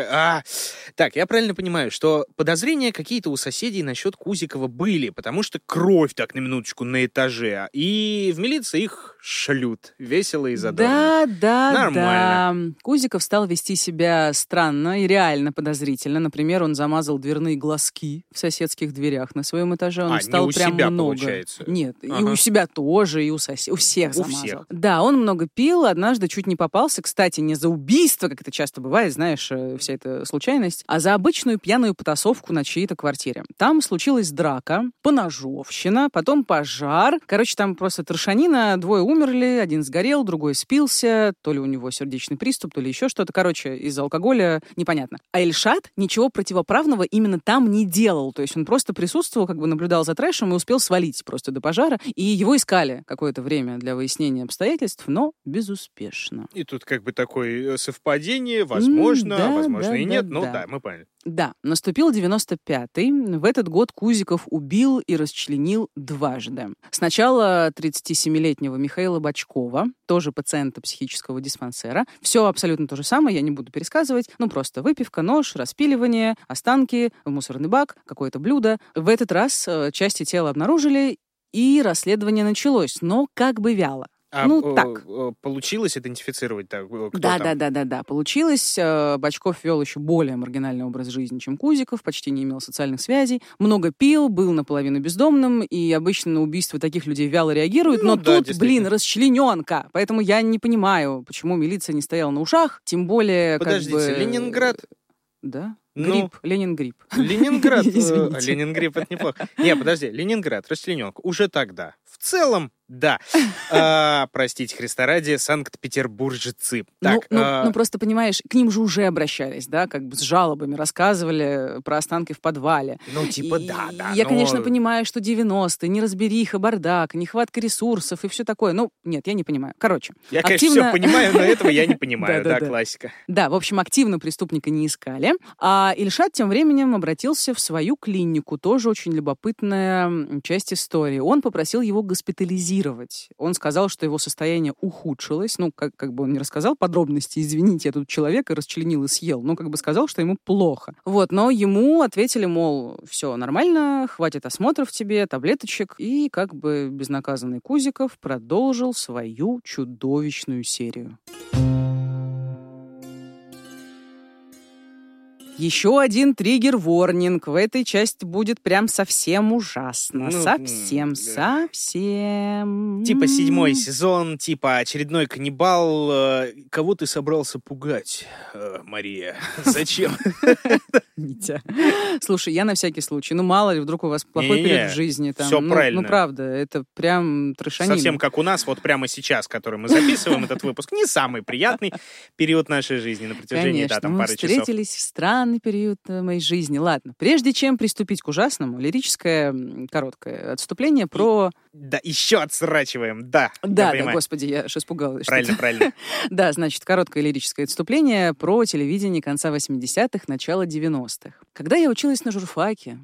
Так, я правильно понимаю, что подозрения какие-то у соседей насчет Кузикова были, потому что кровь так на минуточку на этаже, и в милиции их шлют. Весело и задорно. Да. Нормально. Кузиков стал вести себя странно и реально подозрительно. Например, он замазал дверные глазки в соседских дверях на своем этаже. Он стал не у прям себя, много. Получается. Нет, и у себя тоже, и у всех замазал. Всех. Да, он много пил, однажды чуть не попался, кстати, не за убийство, как это часто бывает, знаешь, вся эта случайность, а за обычную пьяную потасовку на чьей-то квартире. Там случилась драка, поножовщина, потом пожар. Короче, там просто трошанина, двое умерли, один сгорел, другой спился, то ли у него сердечный приступ, то ли еще что-то. Короче, из-за алкоголя непонятно. А Ильшат ничего противоправного именно там не делал. То есть он просто присутствовал, как бы наблюдал за трэшем и успел свалить просто до пожара. И его искали какое-то время для выяснения обстоятельств, но безуспешно. И тут как бы такое совпадение, возможно, возможно и нет. Мы поняли. Да, наступил 95-й. В этот год Кузиков убил и расчленил дважды. Сначала 37-летнего Михаила Бочкова, тоже пациента психического диспансера. Все абсолютно то же самое, я не буду пересказывать. Просто выпивка, нож, распиливание, останки, в мусорный бак, какое-то блюдо. В этот раз части тела обнаружили, и расследование началось, но как бы вяло. Так. Получилось идентифицировать, кто да, там? Да, получилось. Бочков вел еще более маргинальный образ жизни, чем Кузиков, почти не имел социальных связей, много пил, был наполовину бездомным, и обычно на убийство таких людей вяло реагируют, но тут, расчлененка. Поэтому я не понимаю, почему милиция не стояла на ушах, тем более... Подождите, Ленинград? Да. Грипп, Ленин-грипп. Ленинград, Ленингрипп, это неплохо. Не, подожди, Ленинград, расчлененка, уже тогда. В целом, да. Простите, Христа ради, Санкт-Петербуржцы. Так, просто, понимаешь, к ним же уже обращались, да, как бы с жалобами рассказывали про останки в подвале. Да. Я, конечно, понимаю, что 90-е, неразбериха, бардак, нехватка ресурсов и все такое. Нет, я не понимаю. Короче. Я, конечно, все понимаю, но этого я не понимаю, да, классика. Да, в общем, активно преступника не искали. А Ильшат тем временем обратился в свою клинику. Тоже очень любопытная часть истории. Он попросил его госпитализировать. Он сказал, что его состояние ухудшилось. Как бы он не рассказал подробности. Извините, я тут человека расчленил и съел. Как бы сказал, что ему плохо. Но ему ответили, мол, все нормально, хватит осмотров тебе, таблеточек. И как бы безнаказанный Кузиков продолжил свою чудовищную серию. Еще один триггер-ворнинг. В этой части будет прям совсем ужасно. Совсем. Типа 7-й сезон, типа очередной каннибал. Кого ты собрался пугать, Мария? Зачем? Митя. Слушай, я на всякий случай. Мало ли, вдруг у вас плохой период в жизни. Все правильно. Правда, это прям трешанина. Совсем как у нас, вот прямо сейчас, который мы записываем этот выпуск, не самый приятный период нашей жизни на протяжении пары часов. Мы встретились в странный период моей жизни. Ладно, прежде чем приступить к ужасному, лирическое короткое отступление про... Да, еще отсрачиваем, да. Да, господи, я аж испугалась. Правильно. Да, значит, короткое лирическое отступление про телевидение конца 80-х, начала 90-х. Когда я училась на журфаке,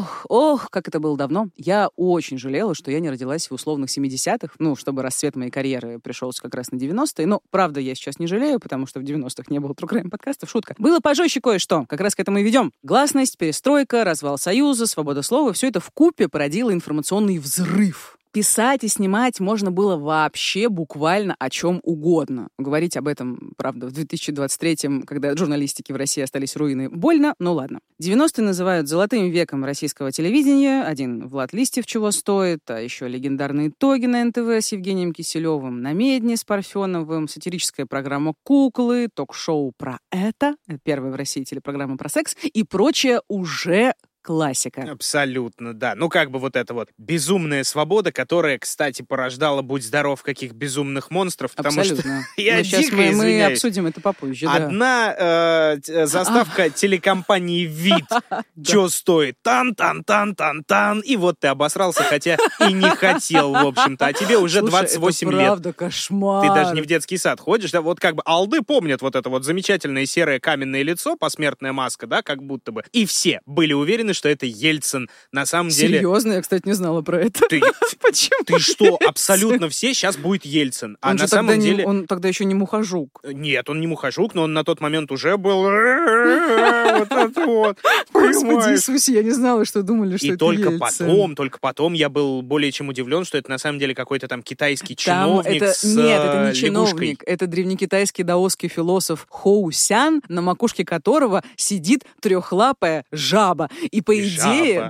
как это было давно, я очень жалела, что я не родилась в условных 70-х, чтобы расцвет моей карьеры пришелся как раз на 90-е. Но, правда, я сейчас не жалею, потому что в 90-х не было True Crime подкастов. Шутка. Было пожестче кое-что. Как раз к этому и ведем. Гласность, перестройка, развал Союза, свобода слова — все это вкупе породило информационный взрыв. Писать и снимать можно было вообще буквально о чем угодно. Говорить об этом, правда, в 2023-м, когда журналистики в России остались руины, больно, но ладно. 90-е называют золотым веком российского телевидения. Один Влад Листьев чего стоит, а еще легендарные итоги на НТВ с Евгением Киселевым, на Медне с Парфеновым, сатирическая программа «Куклы», ток-шоу про это, первая в России телепрограмма про секс и прочее уже классика. Абсолютно, да. Вот эта вот безумная свобода, которая, кстати, порождала, будь здоров, каких безумных монстров, потому абсолютно. Что я сейчас дико мы извиняюсь. обсудим это попозже. Одна заставка телекомпании «Вид» что стоит? Тан-тан-тан-тан-тан. И вот ты обосрался, хотя и не хотел, в общем-то. А тебе уже 28 лет. Правда, кошмар. Ты даже не в детский сад ходишь. Да? Вот алды помнят вот это вот замечательное серое каменное лицо, посмертная маска, да, как будто бы. И все были уверены, что это Ельцин. На самом деле... Серьезно? Я, кстати, не знала про это. Почему? Ты что? Абсолютно все. Сейчас будет Ельцин. А на самом деле... Он тогда еще не Мухожук. Нет, он не Мухожук, но он на тот момент уже был... Вот это вот. Господи Иисусе, я не знала, что думали, что это Ельцин. И только потом я был более чем удивлен, что это на самом деле какой-то там китайский чиновник с Нет, это не лягушкой. чиновник. Это древнекитайский даосский философ Хоу Сян, на макушке которого сидит трехлапая жаба. И по идее,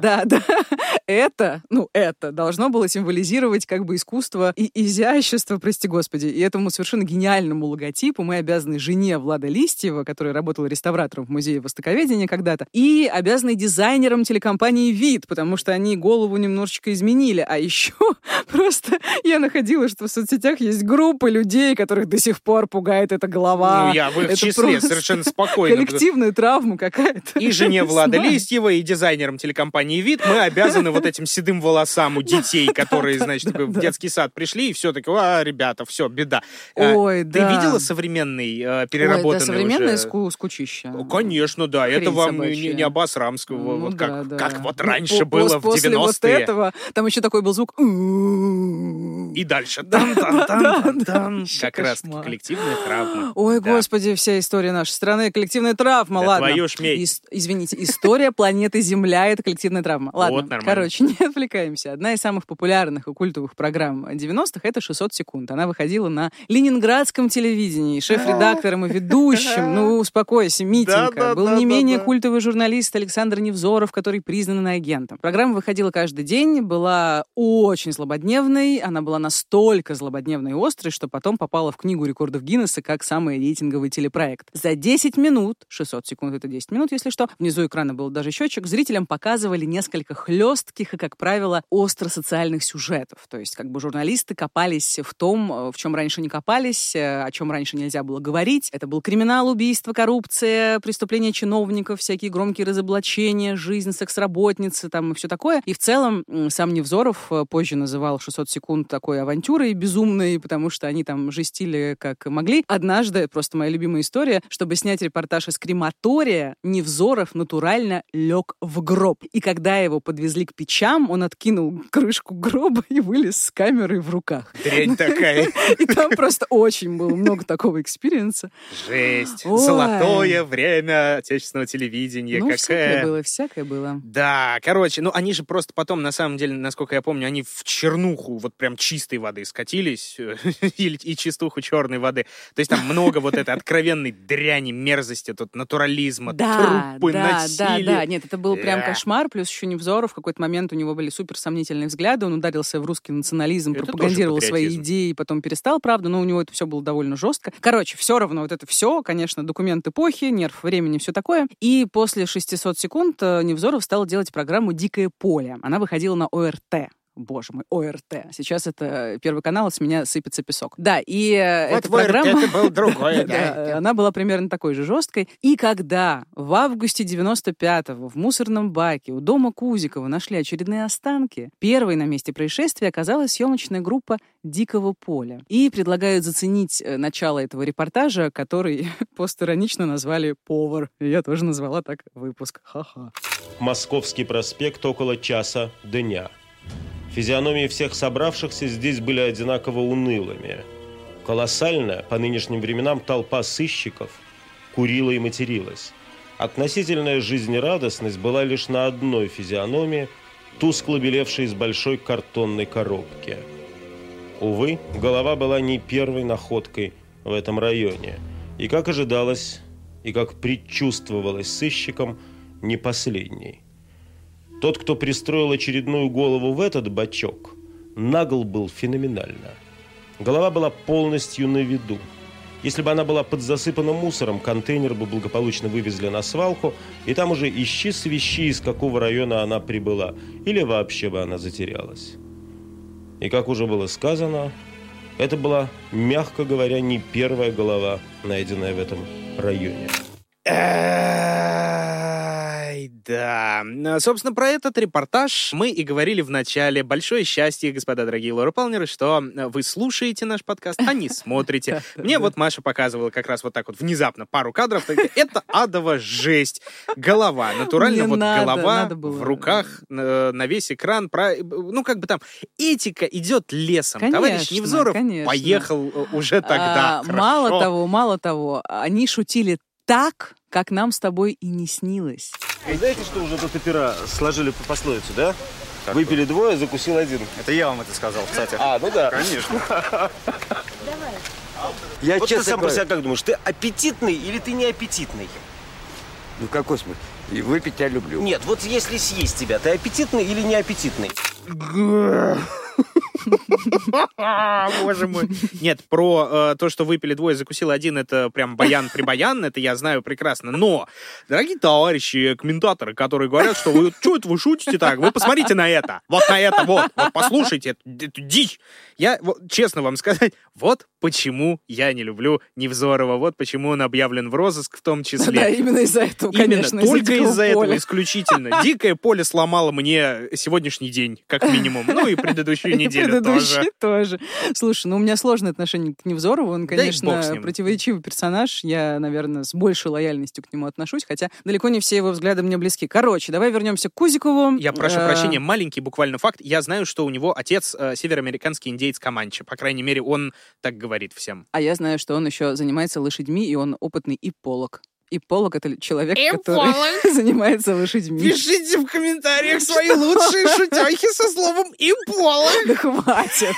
это должно было символизировать искусство и изящество, прости господи. И этому совершенно гениальному логотипу мы обязаны жене Влада Листьева, которая работала реставратором в Музее Востоковедения когда-то, и обязаны дизайнерам телекомпании «Вид», потому что они голову немножечко изменили. А еще просто я находила, что в соцсетях есть группы людей, которых до сих пор пугает эта голова. Я в их числе совершенно спокойно. Коллективная травма какая-то. И жене Влада Листьева, и дизайнерам телекомпании «Вид» мы обязаны вот этим седым волосам у детей, которые, в детский сад пришли, и все таки ребята, все, беда. Ой, Ты видела современный, переработанный уже? Современное скучище. Конечно, да. Это вам не Обосрамского, как вот раньше было в 90-е. После вот этого, там еще такой был звук. И дальше. Тан-тан-тан-тан. Как раз коллективная травма. Ой, господи, вся история нашей страны коллективная травма, ладно. Твою ж медь. Извините, история планеты Земля — это коллективная травма. Ладно, вот, нормально. Короче, не отвлекаемся. Одна из самых популярных и культовых программ 90-х — это «600 секунд». Она выходила на ленинградском телевидении. Шеф-редактором и ведущим, успокойся, Митенька, был не менее культовый журналист Александр Невзоров, который признан агентом. Программа выходила каждый день, была очень злободневной. Она была настолько злободневной и острой, что потом попала в книгу рекордов Гиннесса как самый рейтинговый телепроект. За 10 минут, 600 секунд — это 10 минут, если что, внизу экрана был даже счетчик, зрителям показывали несколько хлестких и, как правило, остро-социальных сюжетов. То есть журналисты копались в том, в чем раньше не копались, о чем раньше нельзя было говорить. Это был криминал, убийство, коррупция, преступления чиновников, всякие громкие разоблачения, жизнь секс-работницы, и все такое. И в целом сам Невзоров позже называл 600 секунд такой авантюрой безумной, потому что они там жестили как могли. Однажды, просто моя любимая история, чтобы снять репортаж из крематория, Невзоров натурально лег в гроб. И когда его подвезли к печам, он откинул крышку гроба и вылез с камерой в руках. Дрянь такая. И там просто очень было много такого экспириенса. Жесть. Золотое время отечественного телевидения. Всякое было. Да, они же просто потом, на самом деле, насколько я помню, они в чернуху, вот прям чисто чистой воды скатились, и чистуху черной воды. То есть там много вот этой откровенной дряни, мерзости, тут натурализма, трупы, насилия. Да. Нет, это был прям кошмар. Плюс еще Невзоров, в какой-то момент у него были супер сомнительные взгляды, он ударился в русский национализм, это пропагандировал свои идеи, потом перестал, правда, но у него это все было довольно жестко. Короче, все равно вот это все, конечно, документ эпохи, нерв времени, все такое. И после 600 секунд Невзоров стал делать программу «Дикое поле». Она выходила на ОРТ. Боже мой, ОРТ. Сейчас это Первый канал, с меня сыпется песок. Да, и вот эта программа... это был другой. Да, она была примерно такой же жесткой. И когда в августе 95-го в мусорном баке у дома Кузикова нашли очередные останки, первой на месте происшествия оказалась съемочная группа «Дикого поля». И предлагают заценить начало этого репортажа, который постиронично назвали «Повар». Я тоже назвала так выпуск. Ха-ха. Московский проспект около часа дня. Физиономии всех собравшихся здесь были одинаково унылыми. Колоссальная, по нынешним временам, толпа сыщиков курила и материлась. Относительная жизнерадостность была лишь на одной физиономии, тускло белевшей из большой картонной коробки. Увы, голова была не первой находкой в этом районе. И, как ожидалось, и как предчувствовалось сыщикам, не последней. Тот, кто пристроил очередную голову в этот бачок, нагл был феноменально. Голова была полностью на виду. Если бы она была подзасыпана мусором, контейнер бы благополучно вывезли на свалку, и там уже ищи свищи, из какого района она прибыла, или вообще бы она затерялась. И, как уже было сказано, это была, мягко говоря, не первая голова, найденная в этом районе. Да. Собственно, про этот репортаж мы и говорили в начале. Большое счастье, господа дорогие лорапалнеры, что вы слушаете наш подкаст, а не смотрите. Мне вот Маша показывала как раз вот так вот внезапно пару кадров. Это адова жесть. Голова. Натурально вот голова в руках на весь экран. Ну, как бы там этика идет лесом. Товарищ Невзоров поехал уже тогда. Мало того, они шутили так, как нам с тобой и не снилось. Знаете, что уже тут опера сложили пословицу, да? Как выпили двое, закусил один. Это я вам это сказал, кстати. Ну да. Конечно. Давай. Я вот ты сам про себя как думаешь, ты аппетитный или ты не аппетитный? Ну, какой смысл? И выпить я люблю. Нет, вот если съесть тебя, ты аппетитный или не аппетитный? Боже мой. Нет, про то, что выпили двое, закусил один, это прям баян-прибаян, это я знаю прекрасно. Но, дорогие товарищи, комментаторы, которые говорят, что вы, что это вы шутите так? Вы посмотрите на это, вот послушайте эту дичь. Я, честно вам сказать, вот почему я не люблю Невзорова, вот почему он объявлен в розыск в том числе. Да, именно из-за этого, конечно. Именно, только из-за этого, исключительно. Дикое поле сломало мне сегодняшний день, как минимум. Ну и предыдущую неделю тоже. Слушай, у меня сложное отношение к Невзорову. Он, конечно, противоречивый персонаж. Я, наверное, с большей лояльностью к нему отношусь, хотя далеко не все его взгляды мне близки. Короче, давай вернемся к Кузикову. Я прошу прощения, маленький буквально факт. Я знаю, что у него отец североамериканский индеец Команче. По крайней мере, он так говорит всем. А я знаю, что он еще занимается лошадьми, и он опытный иполог. Иполог — это человек, который занимается лошадьми. Пишите в комментариях свои лучшие шутехи со словом «иполог». Да хватит.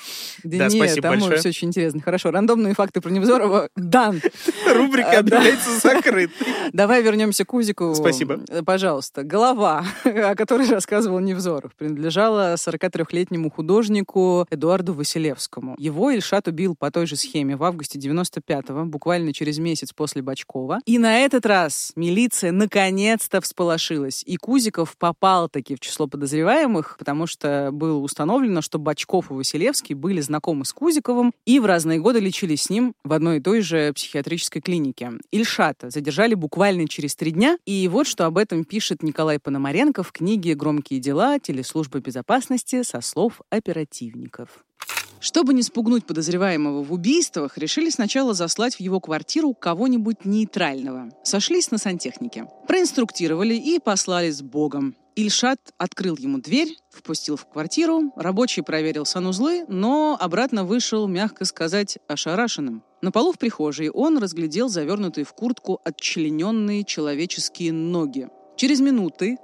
Да нет, спасибо там большое. все очень интересно. Хорошо, рандомные факты про Невзорова. Дан. Рубрика объявляется закрытой. Давай вернемся к Кузикову. Спасибо. Пожалуйста. «Голова», о которой рассказывал Невзоров, принадлежала 43-летнему художнику Эдуарду Василевскому. Его Ильшат убил по той же схеме в августе 95-го, буквально через месяц после Бочкова. И на этот раз милиция наконец-то всполошилась. И Кузиков попал-таки в число подозреваемых, потому что было установлено, что Бочков и Василевский были знакомы с Кузиковым и в разные годы лечились с ним в одной и той же психиатрической клинике. Ильшата задержали буквально через 3 дня, и вот что об этом пишет Николай Пономаренко в книге «Громкие дела. Телеслужба безопасности» со слов оперативников. Чтобы не спугнуть подозреваемого в убийствах, решили сначала заслать в его квартиру кого-нибудь нейтрального. Сошлись на сантехнике. Проинструктировали и послали с Богом. Ильшат открыл ему дверь, впустил в квартиру, рабочий проверил санузлы, но обратно вышел, мягко сказать, ошарашенным. На полу в прихожей он разглядел завернутые в куртку отчлененные человеческие ноги. Через минуты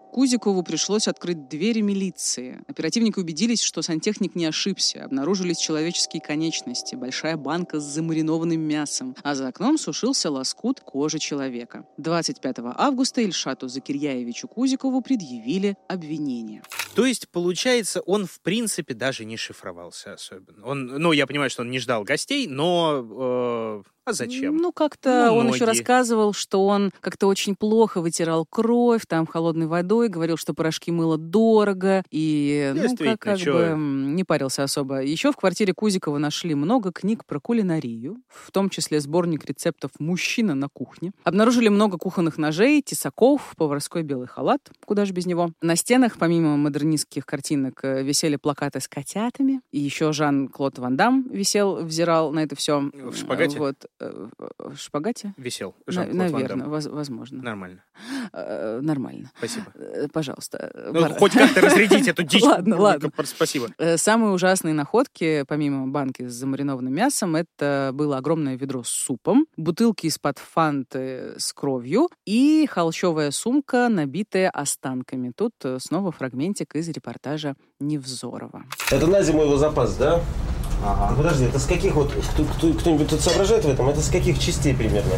Кузикову пришлось открыть двери милиции. Оперативники убедились, что сантехник не ошибся. Обнаружились человеческие конечности, большая банка с замаринованным мясом, а за окном сушился лоскут кожи человека. 25 августа Ильшату Закирьяевичу Кузикову предъявили обвинение. То есть, получается, он, в принципе, даже не шифровался особенно. Я понимаю, что он не ждал гостей, но... А зачем? Как-то он еще рассказывал, что он как-то очень плохо вытирал кровь, там, холодной водой, говорил, что порошки мыло дорого, и, как бы не парился особо. Еще в квартире Кузикова нашли много книг про кулинарию, в том числе сборник рецептов «Мужчина на кухне». Обнаружили много кухонных ножей, тесаков, поварской белый халат, куда же без него. На стенах, помимо модернистских картинок, висели плакаты с котятами, и еще Жан-Клод Ван Дам взирал на это все. В шпагате? В шпагате? Висел. Наверное, возможно. Нормально. Нормально. Спасибо. Пожалуйста. Хоть как-то разрядить эту дичь. Ладно. Спасибо. Самые ужасные находки, помимо банки с замаринованным мясом, это было огромное ведро с супом, бутылки из-под фанты с кровью и холщовая сумка, набитая останками. Тут снова фрагментик из репортажа Невзорова. Это на зиму его запас, да? Ага. Подожди, это с каких кто-нибудь тут соображает в этом? Это с каких частей примерно?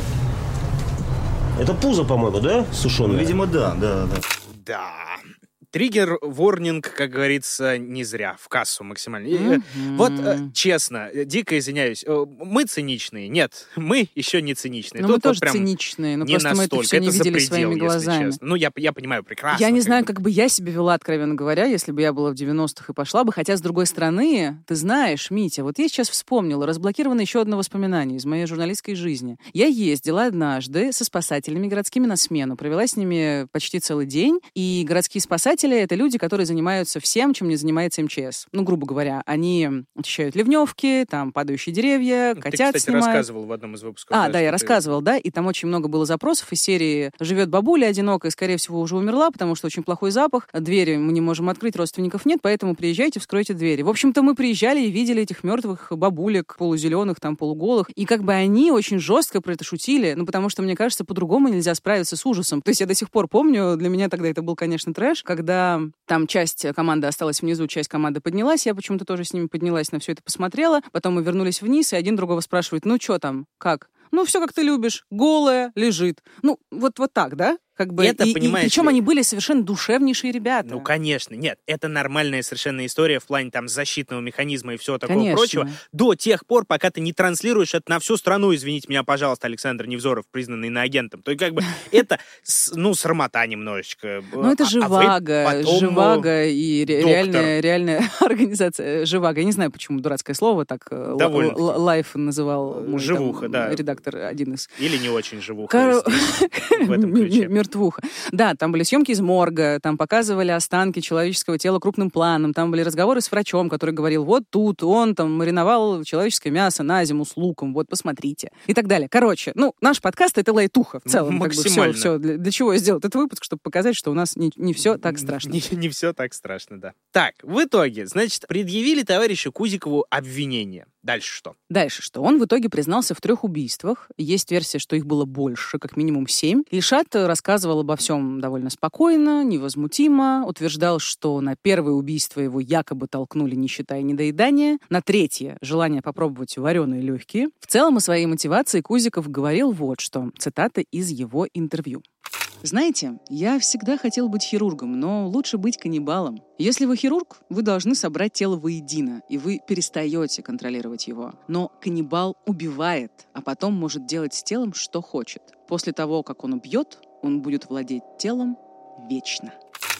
Это пузо, по-моему, да? Сушеное? Видимо, да. Да. Триггер-ворнинг, как говорится, не зря. В кассу максимально. Вот, честно, дико извиняюсь, мы циничные. Нет, мы еще не циничные. Мы тоже циничные, но просто мы это все не видели своими глазами. Я понимаю прекрасно. Я не знаю, как бы я себя вела, откровенно говоря, если бы я была в 90-х и пошла бы. Хотя, с другой стороны, ты знаешь, Митя, вот я сейчас вспомнила, разблокировано еще одно воспоминание из моей журналистской жизни. Я ездила однажды со спасателями городскими на смену, провела с ними почти целый день, и городские спасатели — это люди, которые занимаются всем, чем не занимается МЧС. Грубо говоря, они очищают ливневки, там падающие деревья, котят ты, кстати, снимают. Рассказывал в одном из выпусков. Я рассказывал, и там очень много было запросов из серии «Живет бабуля одинокая, скорее всего, уже умерла, потому что очень плохой запах, двери мы не можем открыть, родственников нет, поэтому приезжайте, вскройте двери». В общем-то, мы приезжали и видели этих мертвых бабулек, полузеленых, там, полуголых, и как бы они очень жестко про это шутили, потому что, мне кажется, по-другому нельзя справиться с ужасом. То есть я до сих пор помню, для меня тогда это был, конечно, трэш, когда там часть команды осталась внизу, часть команды поднялась, я почему-то тоже с ними поднялась, на все это посмотрела, потом мы вернулись вниз, и один другого спрашивает: что там, как? Все как ты любишь, голая, лежит. Вот так, да? Как бы, причем они были совершенно душевнейшие ребята. Конечно. Нет, это нормальная совершенно история в плане там защитного механизма и всего такого прочего. До тех пор, пока ты не транслируешь это на всю страну, извините меня, пожалуйста, Александр Невзоров, признанный иноагентом. То есть как бы это, срамота немножечко. Это Живаго и реальная организация. Живаго. Я не знаю, почему дурацкое слово так Лайф называл мой редактор один из. Или не очень живуха. В этом ключе. Мертвуха. Да, там были съемки из морга, там показывали останки человеческого тела крупным планом, там были разговоры с врачом, который говорил: вот тут он там мариновал человеческое мясо на зиму с луком, вот посмотрите. И так далее. Короче, ну, наш подкаст — это лайтуха в целом. Максимально. Все. Для чего я сделал этот выпуск? Чтобы показать, что у нас не все так страшно. Не все так страшно, да. Так, в итоге, значит, предъявили товарищу Кузикову обвинение. Дальше что? Дальше что? Он в итоге признался в 3 убийствах. Есть версия, что их было больше, как минимум 7. Ильшат рассказывал обо всем довольно спокойно, невозмутимо. Утверждал, что на первое убийство его якобы толкнули нищета и недоедание. На 3 — желание попробовать вареные легкие. В целом о своей мотивации Кузиков говорил вот что. Цитата из его интервью. «Знаете, я всегда хотел быть хирургом, но лучше быть каннибалом. Если вы хирург, вы должны собрать тело воедино, и вы перестаете контролировать его. Но каннибал убивает, а потом может делать с телом, что хочет. После того, как он убьет, он будет владеть телом вечно».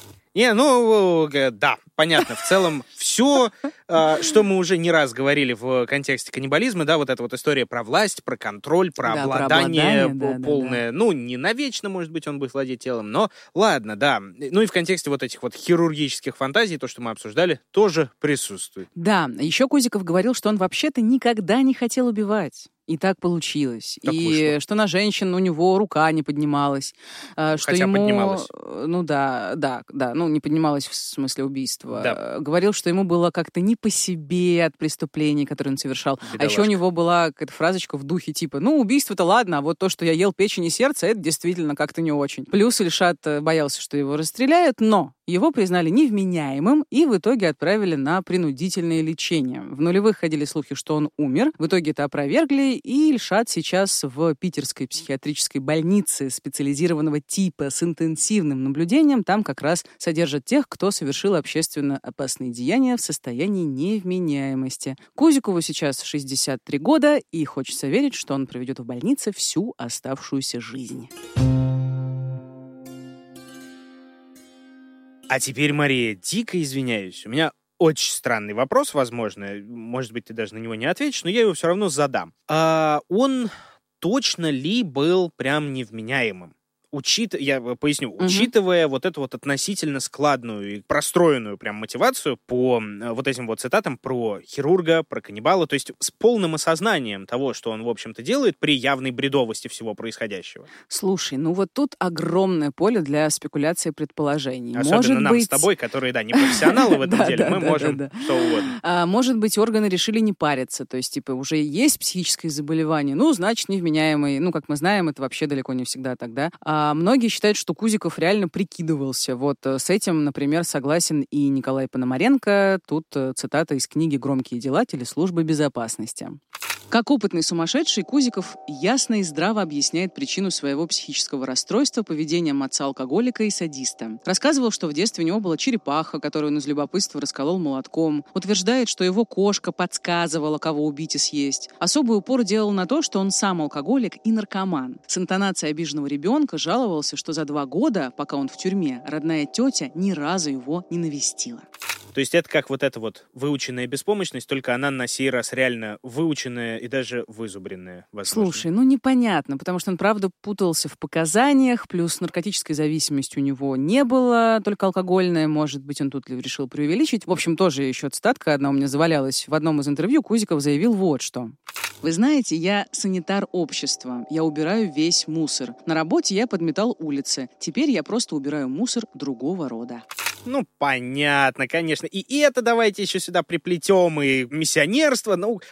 Да, понятно. В целом все, что мы уже не раз говорили в контексте каннибализма, да, вот эта вот история про власть, про контроль, про обладание полное. Да. Не навечно, может быть, он будет владеть телом, но ладно, да. И в контексте вот этих вот хирургических фантазий, то, что мы обсуждали, тоже присутствует. Да, еще Кузиков говорил, что он вообще-то никогда не хотел убивать. И так получилось. Так и вышло. что на женщин у него рука не поднималась. Что ему... поднималась. Не поднималась в смысле убийства. Да. Говорил, что ему было как-то не по себе от преступлений, которые он совершал. Бедолашка. А еще у него была какая-то фразочка в духе типа, убийство-то ладно, а вот то, что я ел печень и сердце, это действительно как-то не очень. Плюс Ильшат боялся, что его расстреляют, но его признали невменяемым и в итоге отправили на принудительное лечение. В нулевых ходили слухи, что он умер. В итоге это опровергли, и Ильшат сейчас в питерской психиатрической больнице специализированного типа с интенсивным наблюдением. Там как раз содержат тех, кто совершил общественно опасные деяния в состоянии невменяемости. Кузикову сейчас 63 года, и хочется верить, что он проведет в больнице всю оставшуюся жизнь. А теперь, Мария, дико извиняюсь. У меня очень странный вопрос, возможно. Может быть, ты даже на него не ответишь, но я его все равно задам. Он точно ли был прям невменяемым? Я поясню, учитывая вот эту вот относительно складную и простроенную прям мотивацию по вот этим вот цитатам про хирурга, про каннибала, то есть с полным осознанием того, что он, в общем-то, делает при явной бредовости всего происходящего. Слушай, вот тут огромное поле для спекуляции и предположений. Особенно может нам быть... с тобой, которые, не профессионалы в этом деле, мы можем что угодно. Может быть, органы решили не париться, то есть, уже есть психическое заболевание, значит, невменяемый. Как мы знаем, это вообще далеко не всегда тогда. Многие считают, что Кузиков реально прикидывался. Вот с этим, например, согласен и Николай Пономаренко. Тут цитата из книги «Громкие дела» телеслужбы безопасности. Как опытный сумасшедший, Кузиков ясно и здраво объясняет причину своего психического расстройства поведением отца-алкоголика и садиста. Рассказывал, что в детстве у него была черепаха, которую он из любопытства расколол молотком. Утверждает, что его кошка подсказывала, кого убить и съесть. Особый упор делал на то, что он сам алкоголик и наркоман. С интонацией обиженного ребенка жаловался, что за 2 года, пока он в тюрьме, родная тетя ни разу его не навестила. То есть это как вот эта вот выученная беспомощность, только она на сей раз реально выученная и даже вызубренная, возможно. Слушай, непонятно, потому что он, правда, путался в показаниях, плюс наркотической зависимости у него не было, только алкогольная, может быть, он тут решил преувеличить. В общем, тоже еще цитатка одна у меня завалялась. В одном из интервью Кузиков заявил вот что. Вы знаете, я санитар общества. Я убираю весь мусор. На работе я подметал улицы. Теперь я просто убираю мусор другого рода. Понятно, конечно. И это давайте еще сюда приплетем, и миссионерство.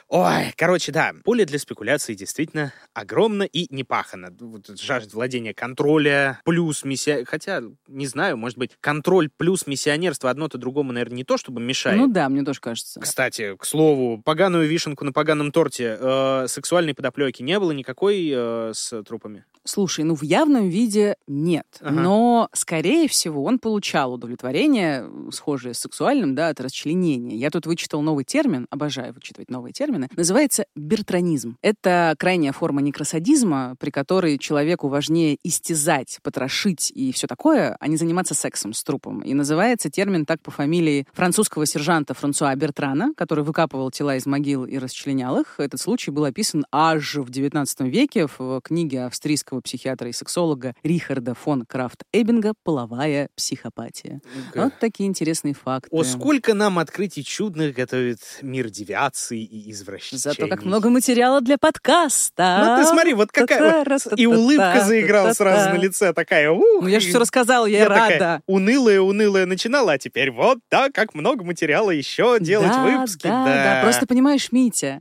Да. Поле для спекуляции действительно огромно и не пахано. Жажда владения контроля плюс Хотя, не знаю, может быть, контроль плюс миссионерство одно-то другому, наверное, не то, чтобы мешает. Да, мне тоже кажется. Кстати, к слову, поганую вишенку на поганом торте. Сексуальной подоплеки не было никакой с трупами? Слушай, в явном виде нет. Ага. Но, скорее всего, он получал удовлетворение, схожее с сексуальным, от расчленения. Я тут вычитал новый термин, обожаю вычитывать новые термины, называется бертранизм. Это крайняя форма некросадизма, при которой человеку важнее истязать, потрошить и все такое, а не заниматься сексом с трупом. И называется термин так по фамилии французского сержанта Франсуа Бертрана, который выкапывал тела из могил и расчленял их. Этот случай был описан аж в XIX веке в книге австрийского психиатра и сексолога Рихарда фон Крафт-Эббинга «Половая психопатия». Вот такие интересные факты. Сколько нам открытий чудных готовит мир девиаций и извращений. Зато как много материала для подкаста. Ты смотри, вот какая... И улыбка заиграла сразу на лице, такая... Я же все рассказала, я рада. Унылая начинала, а теперь как много материала еще делать выпуски. Да. Просто понимаешь, Митя,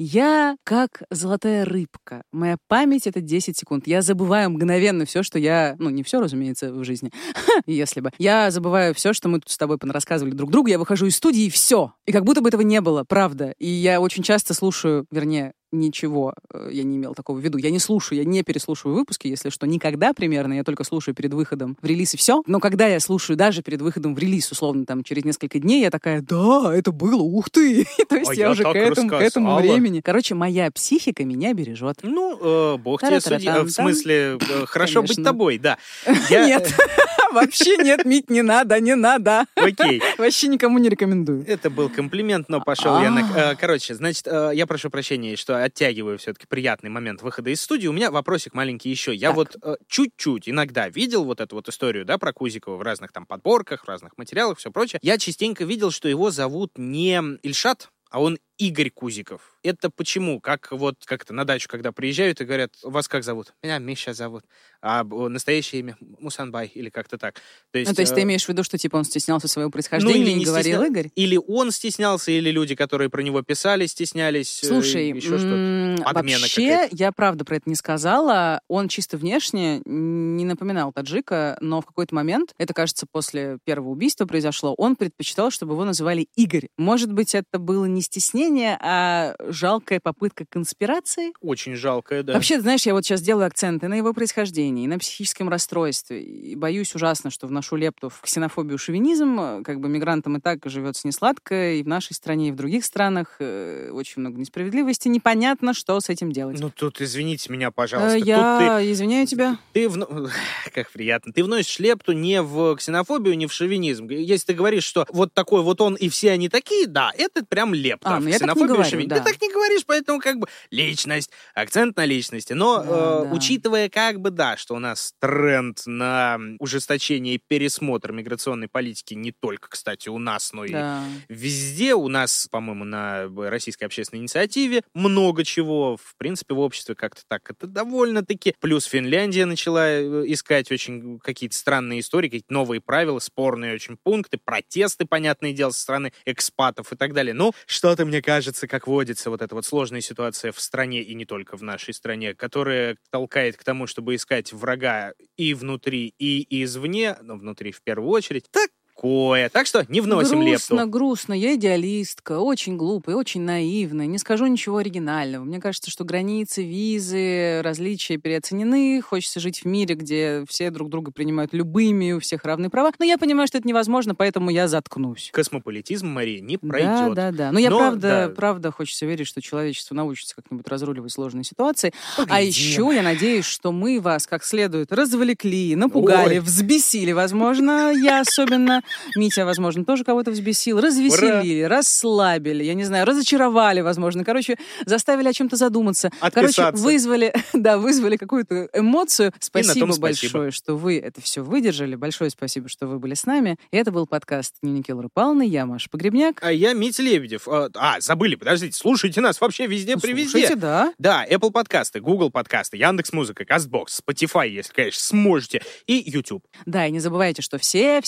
я как золотая рыбка. Моя память — это 10 секунд. Я забываю мгновенно все, что я... не все, разумеется, в жизни. Если бы. Я забываю все, что мы тут с тобой рассказывали друг другу. Я выхожу из студии, и все. И как будто бы этого не было, правда. И я очень часто слушаю, ничего, я не имела такого в виду. Я не переслушиваю выпуски, если что, никогда примерно. Я только слушаю перед выходом в релиз и все. Но когда я слушаю даже перед выходом в релиз, условно, через несколько дней, я такая, да, это было, ух ты! То есть я уже к этому времени. Короче, моя психика меня бережет. Бог тебе судья. В смысле, хорошо быть тобой, да. Нет. Вообще нет, Мить, не надо. Окей. Вообще никому не рекомендую. Это был комплимент, но пошел я на... Короче, значит, я прошу прощения, что оттягиваю все-таки приятный момент выхода из студии. У меня вопросик маленький еще. Я чуть-чуть иногда видел эту историю, про Кузикова в разных подборках, в разных материалах, все прочее. Я частенько видел, что его зовут не Ильшат, а он Игорь Кузиков. Это почему? Как-то на дачу, когда приезжают и говорят, вас как зовут? Меня Миша зовут. А настоящее имя Мусанбай или как-то так. То есть ты имеешь в виду, что типа он стеснялся своего происхождения и не говорил Игорь? Или он стеснялся, или люди, которые про него писали, стеснялись. Слушай, еще что-то. Вообще, я правда про это не сказала. Он чисто внешне не напоминал таджика, но в какой-то момент, это, кажется, после первого убийства произошло, он предпочитал, чтобы его называли Игорь. Может быть, это было не стеснение, а жалкая попытка конспирации? Очень жалкая, да. Вообще, знаешь, я вот сейчас делаю акценты на его происхождении, и на психическом расстройстве. И боюсь ужасно, что вношу лепту в ксенофобию, шовинизм. Как бы мигрантам и так живется несладко, и в нашей стране, и в других странах очень много несправедливости. Непонятно, что с этим делать. Ну, тут извините меня, пожалуйста. Я извиняю тебя. Как приятно. Ты вносишь лепту не в ксенофобию, не в шовинизм. Если ты говоришь, что вот такой вот он, и все они такие, да, это прям лепта. Ну я так не говорю, да. Ты так не говоришь, поэтому как бы личность, акцент на личности. Но учитывая как бы, да, что у нас тренд на ужесточение и пересмотр миграционной политики не только, кстати, у нас, но и везде. У нас, по-моему, на Российской общественной инициативе много чего. В принципе, в обществе как-то так это довольно-таки. Плюс Финляндия начала искать очень какие-то странные истории, какие-то новые правила, спорные очень пункты, протесты, понятное дело, со стороны экспатов и так далее. Ну, что-то, мне кажется, как водится, вот эта вот сложная ситуация в стране, и не только в нашей стране, которая толкает к тому, чтобы искать врага и внутри, и извне, но внутри в первую очередь. Так что не вносим лепту. Грустно. Я идеалистка, очень глупая, очень наивная. Не скажу ничего оригинального. Мне кажется, что границы, визы, различия переоценены. Хочется жить в мире, где все друг друга принимают любыми, у всех равные права. Но я понимаю, что это невозможно, поэтому я заткнусь. Космополитизм, Мария, не пройдет. Да. Но я правда хочется верить, что человечество научится как-нибудь разруливать сложные ситуации. Погоди. А еще я надеюсь, что мы вас как следует развлекли, напугали, взбесили, возможно. Я особенно... Митя, возможно, тоже кого-то взбесил, развеселили, расслабили, я не знаю, разочаровали, возможно. Короче, заставили о чем-то задуматься. Отписаться. Вызвали какую-то эмоцию. Спасибо большое, что вы это все выдержали. Большое спасибо, что вы были с нами. И это был подкаст «Дневники Лоры Павловны». Я Маша Погребняк. А я Митя Лебедев. Забыли, подождите, слушайте нас вообще везде-привезде. Слушайте, да. Да, Apple подкасты, Google подкасты, Яндекс.Музыка, Castbox, Spotify, если, конечно, сможете, и YouTube. Да, и не забывайте, что все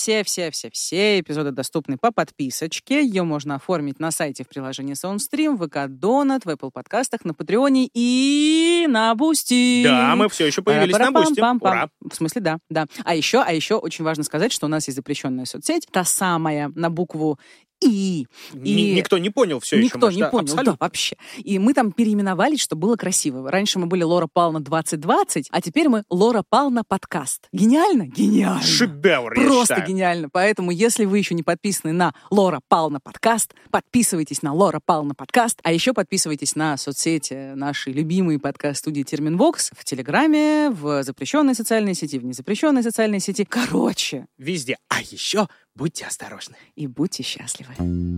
эпизоды доступны по подписочке. Ее можно оформить на сайте в приложении SoundStream, в ВК Донат, в Apple подкастах, на Патреоне и на Бусти. Да, мы все еще появились на Бусти. Ура! В смысле, да. А еще очень важно сказать, что у нас есть запрещенная соцсеть, та самая на букву И никто не понял все еще. Никто не понял, абсолютно. Да, вообще. И мы там переименовались, чтобы было красиво. Раньше мы были Лора Павловна 2020, а теперь мы Лора Павловна подкаст. Гениально? Гениально. Шедевр, просто гениально. Поэтому, если вы еще не подписаны на Лора Павловна подкаст, подписывайтесь на Лора Павловна подкаст, а еще подписывайтесь на соцсети нашей любимой подкаст-студии Терминвокс в Телеграме, в запрещенной социальной сети, в незапрещенной социальной сети. Короче. Везде. А еще будьте осторожны. И будьте счастливы.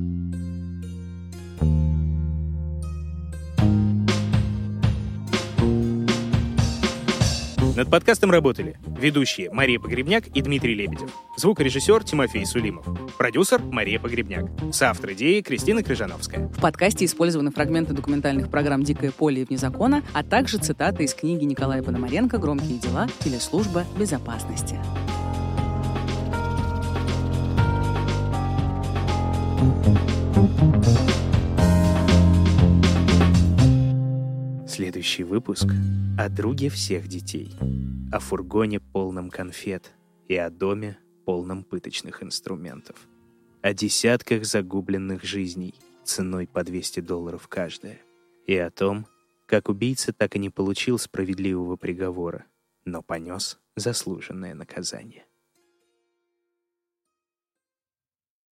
Над подкастом работали ведущие Мария Погребняк и Дмитрий Лебедев, звукорежиссер Тимофей Сулимов, продюсер Мария Погребняк, соавтор идеи Кристина Крыжановская. В подкасте использованы фрагменты документальных программ «Дикое поле» и «Вне закона», а также цитаты из книги Николая Пономаренко «Громкие дела. Телеслужба безопасности». Следующий выпуск о друге всех детей, о фургоне, полном конфет, и о доме, полном пыточных инструментов, о десятках загубленных жизней ценой по $200 каждая, и о том, как убийца так и не получил справедливого приговора, но понес заслуженное наказание.